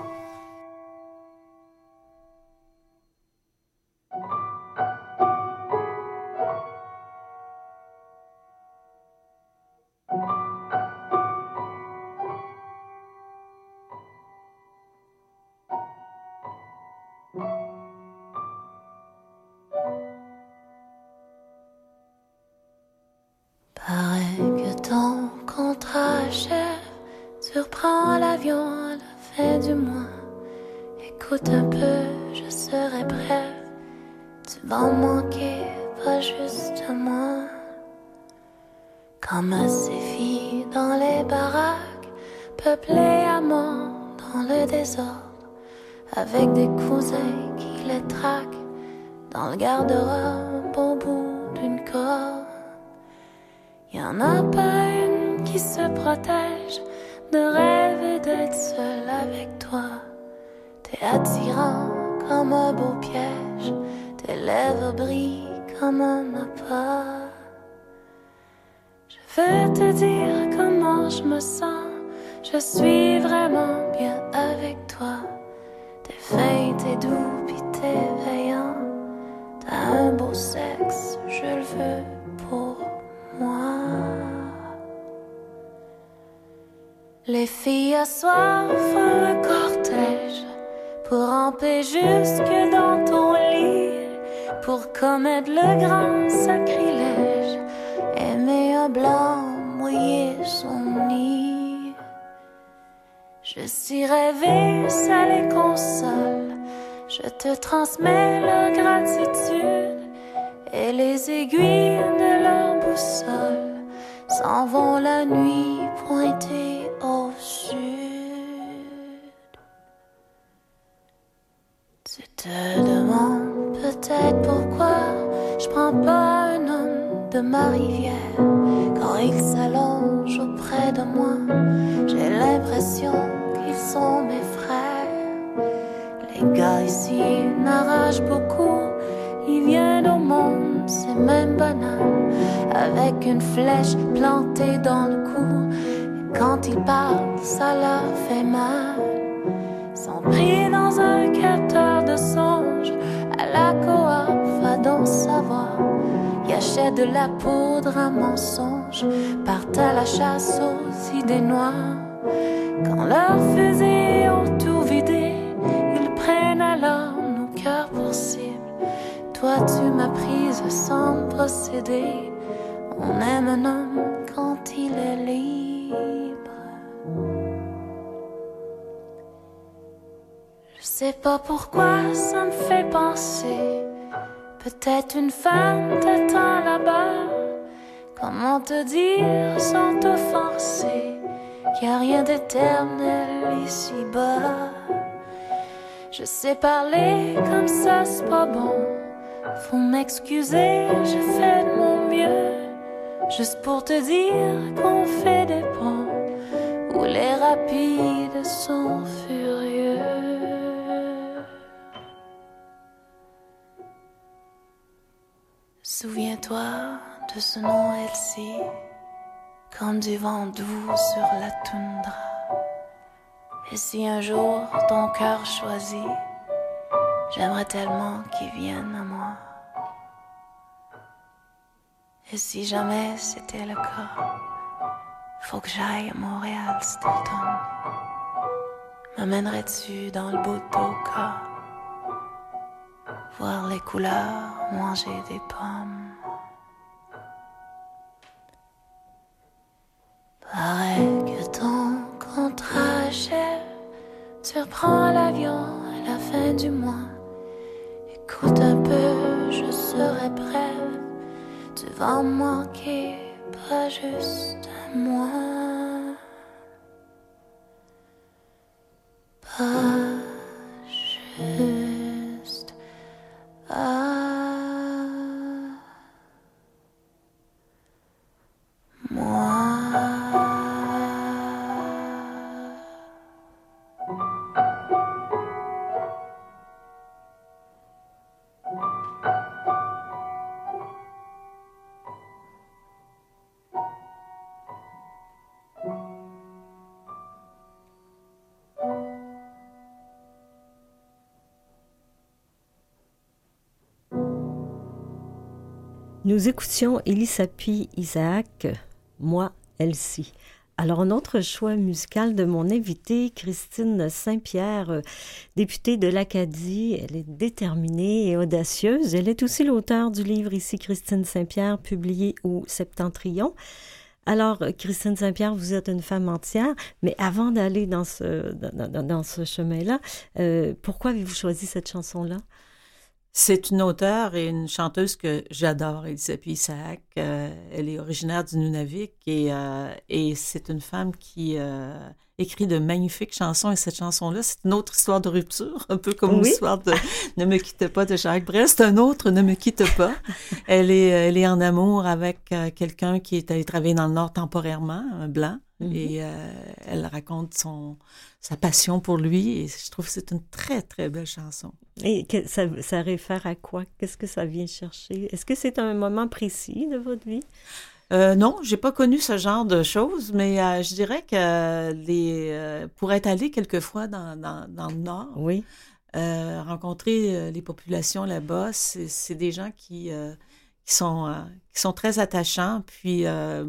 Speaker 5: Paraît que ton contrat achève, surprends l'avion à la fin du mois. Écoute un peu, je serai bref, tu vas en manquer, pas juste à moi. Comme à ces filles dans les baraques, peuplées à mort dans le désordre, avec des cousins qui les traquent, dans le garde-robe au bout d'une corde. Y'en a pas une qui se protège de rêver d'être seule avec toi. T'es attirant comme un beau piège, tes lèvres brillent comme un appât. Je veux te dire comment je me sens, je suis vraiment bien avec toi. T'es fin, t'es doux, pis t'es veillant, t'as un beau sexe, je le veux pour moi. Les filles à soir font un cortège pour ramper jusque dans ton lit, pour commettre le grand sacrilège, aimer un blanc mouillé Je suis rêvé, ça les console. Je te transmets leur gratitude et les aiguilles de leur boussole s'en vont la nuit pointée au sud. Tu te demandes peut-être pourquoi je prends pas un homme de ma rivière quand il s'allonge auprès de moi. J'ai l'impression qu'ils sont mes frères. Les gars ici n'arrachent beaucoup. Ils viennent au monde, c'est même banal, avec une flèche plantée dans le cou. Et quand ils parlent, ça leur fait mal. Ils sont pris dans un capteur de songe. À la coop, va donc savoir. Ils achètent de la poudre à mensonge, partent à la chasse aux idées noires. Quand leurs fusils ont tout vidé, ils prennent alors nos cœurs pour cible. Toi tu m'as prise sans procéder. On aime un homme quand il est libre. Je sais pas pourquoi ça me fait penser. Peut-être une femme t'attend là-bas. Comment te dire sans t'offenser qu'il n'y a rien d'éternel ici-bas. Je sais parler comme ça, c'est pas bon. Faut m'excuser, je fais de mon mieux. Juste pour te dire qu'on fait des ponts où les rapides sont furieux. Souviens-toi de ce nom Elsie, comme du vent doux sur la toundra. Et si un jour ton cœur choisit, j'aimerais tellement qu'il vienne à moi. Et si jamais c'était le cas, faut que j'aille à Montréal cet automne. M'amènerais-tu dans le beau Toka, voir les couleurs, manger des pommes? Paraît que ton contrat achève, tu reprends l'avion à la fin du mois. Écoute un peu, je serai brève, tu vas me manquer, pas juste à moi. Pas juste à moi.
Speaker 1: Nous écoutions Elisapie Isaac, Moi, Elsie. Alors, un autre choix musical de mon invitée, Christine Saint-Pierre, députée de l'Acadie. Elle est déterminée et audacieuse. Elle est aussi l'auteure du livre Ici Christine Saint-Pierre, publié au Septentrion. Alors, Christine Saint-Pierre, vous êtes une femme entière, mais avant d'aller dans ce chemin-là, pourquoi avez-vous choisi cette chanson-là?
Speaker 2: C'est une auteure et une chanteuse que j'adore, Elisapie Isaac. Elle est originaire du Nunavik et c'est une femme qui écrit de magnifiques chansons. Et cette chanson-là, c'est une autre histoire de rupture, un peu comme l'histoire de Ne me quitte pas de Jacques Brel. C'est un autre Ne me quitte pas. Elle est en amour avec quelqu'un qui est allé travailler dans le Nord temporairement, un blanc. Mm-hmm. Et elle raconte sa passion pour lui et je trouve que c'est une très, très belle chanson.
Speaker 1: Et ça réfère à quoi? Qu'est-ce que ça vient chercher? Est-ce que c'est un moment précis de votre vie?
Speaker 2: Non, j'ai pas connu ce genre de choses, mais je dirais que pour être allée quelquefois dans le Nord,
Speaker 1: oui.
Speaker 2: Rencontrer les populations là-bas, c'est des gens qui sont très attachants, puis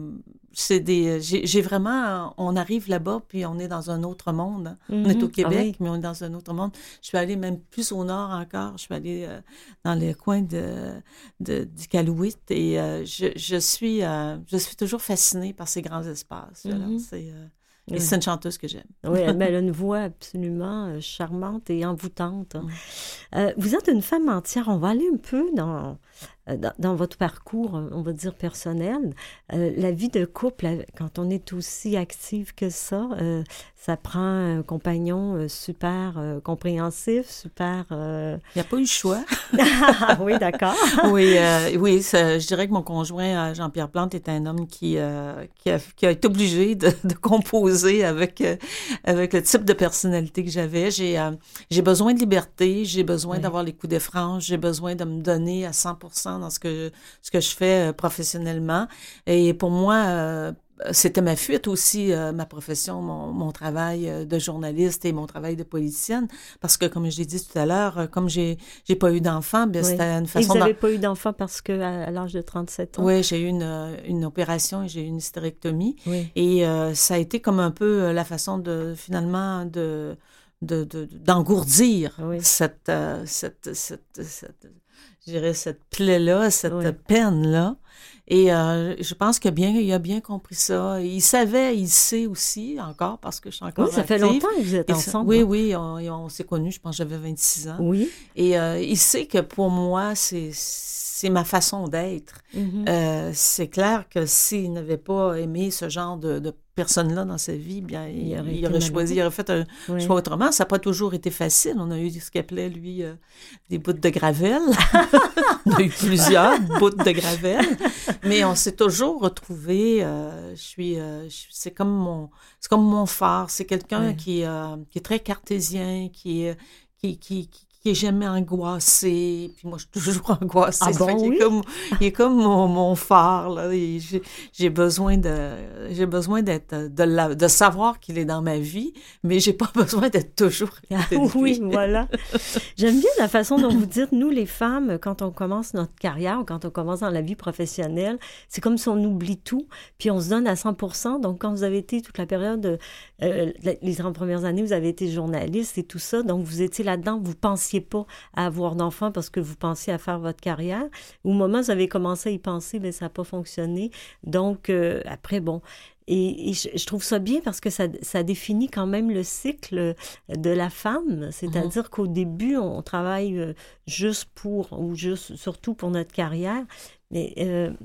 Speaker 2: j'ai vraiment, on arrive là-bas, puis on est dans un autre monde. Hein. Mm-hmm. On est au Québec, mais on est dans un autre monde. Je suis allée même plus au nord encore. Je suis allée dans le coin d'Iqaluit et je suis toujours fascinée par ces grands espaces. Mm-hmm. Et c'est une chanteuse que j'aime.
Speaker 1: Oui, elle a une voix absolument charmante et envoûtante. Vous êtes une femme entière. On va aller un peu dans votre parcours, on va dire personnel. La vie de couple, quand on est aussi active que ça prend un compagnon super compréhensif, super...
Speaker 2: Il n'y a pas eu le choix.
Speaker 1: Oui, d'accord.
Speaker 2: Oui, je dirais que mon conjoint, Jean-Pierre Plante, est un homme qui a été obligé de composer avec le type de personnalité que j'avais. J'ai besoin de liberté, j'ai besoin d'avoir les coups de franche, j'ai besoin de me donner à 100% dans ce que je fais professionnellement. Et pour moi, c'était ma fuite aussi, ma profession, mon travail de journaliste et mon travail de politicienne. Parce que, comme je l'ai dit tout à l'heure, comme j'ai pas eu d'enfant, bien, c'était une façon...
Speaker 1: Et vous n'avez pas eu d'enfant parce que à l'âge de 37 ans?
Speaker 2: Oui, j'ai eu une opération et j'ai eu une hystérectomie.
Speaker 1: Oui.
Speaker 2: Et ça a été comme un peu la façon finalement d'engourdir cette je dirais, cette plaie-là, cette peine-là. Et je pense qu'il a bien compris ça. Et il sait aussi encore, parce que je suis encore
Speaker 1: active. Ça fait longtemps que vous êtes ensemble.
Speaker 2: Oui, on s'est connus, je pense que j'avais 26 ans.
Speaker 1: Oui.
Speaker 2: Et il sait que pour moi, c'est ma façon d'être. Mm-hmm. C'est clair que s'il n'avait pas aimé ce genre de personne-là dans sa vie, bien, il aurait fait un choix autrement. Ça n'a pas toujours été facile. On a eu ce qu'il appelait, lui, des bouts de gravelle. On a eu plusieurs bouts de gravelle. Mais on s'est toujours retrouvés. C'est comme mon phare. C'est quelqu'un qui est très cartésien, qui est jamais angoissé. Puis moi, je suis toujours angoissée.
Speaker 1: Ah bon, oui?
Speaker 2: Il est comme mon phare, là. Et j'ai besoin de savoir qu'il est dans ma vie, mais j'ai pas besoin d'être toujours
Speaker 1: oui, voilà. J'aime bien la façon dont vous dites, nous, les femmes, quand on commence notre carrière ou quand on commence dans la vie professionnelle, c'est comme si on oublie tout, puis on se donne à 100%. Donc, quand vous avez été toute la période, les 30 premières années, vous avez été journaliste et tout ça, donc vous étiez là-dedans, vous pensiez pas à avoir d'enfants parce que vous pensiez à faire votre carrière. Au moment où vous avez commencé à y penser, mais ça n'a pas fonctionné. Donc, après, bon... Et je trouve ça bien parce que ça définit quand même le cycle de la femme. C'est-à-dire qu'au début, on travaille surtout pour notre carrière. Mais...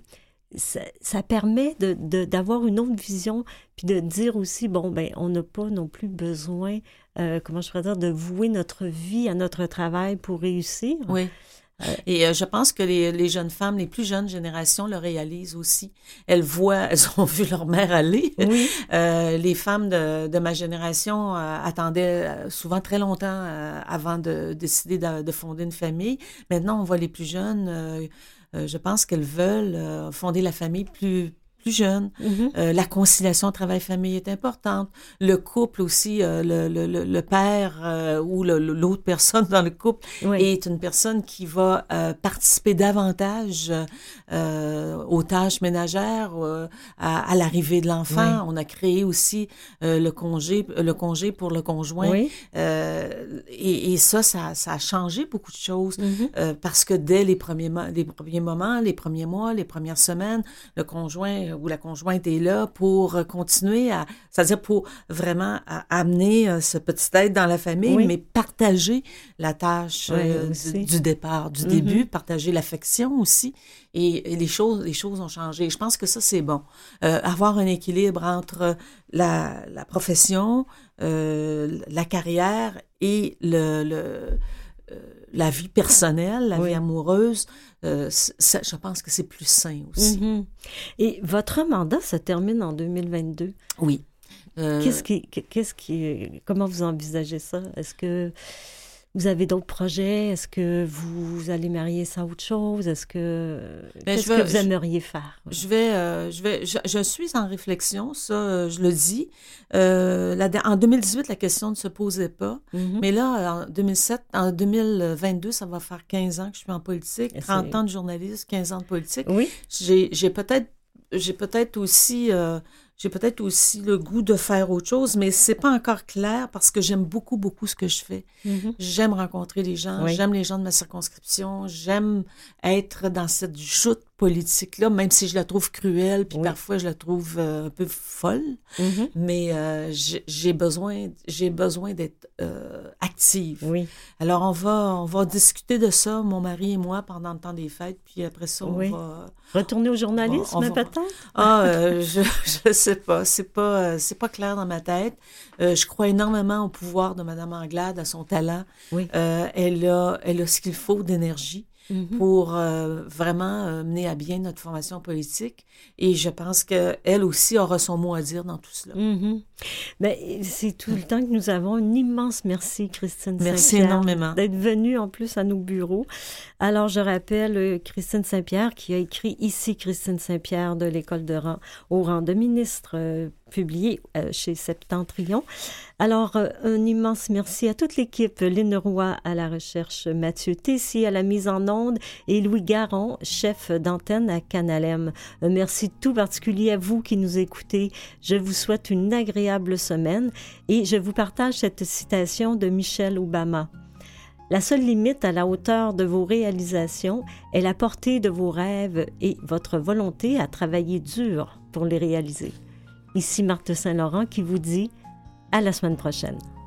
Speaker 1: Ça permet d'avoir une autre vision, puis de dire aussi, bon, ben on n'a pas non plus besoin, comment je pourrais dire, de vouer notre vie à notre travail pour réussir.
Speaker 2: Oui. Et je pense que les jeunes femmes, les plus jeunes générations le réalisent aussi. Elles ont vu leur mère aller. Oui. Les femmes de ma génération attendaient souvent très longtemps avant de décider de fonder une famille. Maintenant, on voit les plus jeunes... je pense qu'elles veulent fonder la famille plus jeune. Mm-hmm. La conciliation travail-famille est importante. Le couple aussi, le père ou l'autre personne dans le couple est une personne qui va participer davantage aux tâches ménagères, à l'arrivée de l'enfant. On a créé aussi le congé pour le conjoint. Oui. Et ça a changé beaucoup de choses parce que dès les premiers moments, les premiers mois, les premières semaines, le conjoint ou la conjointe est là pour continuer c'est-à-dire pour vraiment amener ce petit être dans la famille, mais partager la tâche du départ, du début, partager l'affection aussi. Et les choses ont changé. Je pense que ça, c'est bon. Avoir un équilibre entre la profession, la carrière et la vie personnelle, la vie amoureuse, je pense que c'est plus sain aussi.
Speaker 1: Mm-hmm. Et votre mandat se termine en 2022.
Speaker 2: Oui.
Speaker 1: Comment vous envisagez ça? Est-ce que vous avez d'autres projets? Est-ce que vous allez marier ça à autre chose? Qu'est-ce que vous aimeriez faire?
Speaker 2: Je suis en réflexion, ça, je le dis. En 2018, la question ne se posait pas. Mm-hmm. Mais là, en 2022, ça va faire 15 ans que je suis en politique, 30 ans de journaliste, 15 ans de politique. Oui. J'ai peut-être aussi le goût de faire autre chose, mais c'est pas encore clair parce que j'aime beaucoup, beaucoup ce que je fais. Mm-hmm. J'aime rencontrer les gens, j'aime les gens de ma circonscription, j'aime être dans cette joute politique-là, même si je la trouve cruelle, puis
Speaker 1: Oui.
Speaker 2: parfois je la trouve un peu folle,
Speaker 1: Mhm.
Speaker 2: mais j'ai besoin d'être active.
Speaker 1: Oui,
Speaker 2: Alors on va discuter de ça, mon mari et moi, pendant le temps des fêtes, puis après ça,
Speaker 1: Oui.
Speaker 2: on va...
Speaker 1: retourner au journalisme,
Speaker 2: On va-
Speaker 1: peut-être?
Speaker 2: Je sais pas, c'est pas clair dans ma tête. Je crois énormément au pouvoir de Madame Anglade, à son talent.
Speaker 1: Oui.
Speaker 2: Elle a ce qu'il faut d'énergie
Speaker 1: Mhm.
Speaker 2: pour vraiment mener à bien notre formation politique. Et je pense qu'elle aussi aura son mot à dire dans tout cela.
Speaker 1: Mhm. Ben, c'est tout le temps que nous avons. Un immense merci, Christine
Speaker 2: Merci
Speaker 1: Saint-Pierre,
Speaker 2: énormément.
Speaker 1: d'être venue en plus à nos bureaux. Alors, je rappelle Christine Saint-Pierre qui a écrit ici Christine Saint-Pierre de l'École de rang au rang de ministre, publié chez Septentrion. Alors, un immense merci à toute l'équipe, Lynn Roy à la recherche, Mathieu Tessier à la mise en onde et Louis Garon, chef d'antenne à Canalem. Un merci tout particulier à vous qui nous écoutez. Je vous souhaite une agréable semaine et je vous partage cette citation de Michelle Obama. La seule limite à la hauteur de vos réalisations est la portée de vos rêves et votre volonté à travailler dur pour les réaliser. Ici Marthe Saint-Laurent qui vous dit à la semaine prochaine.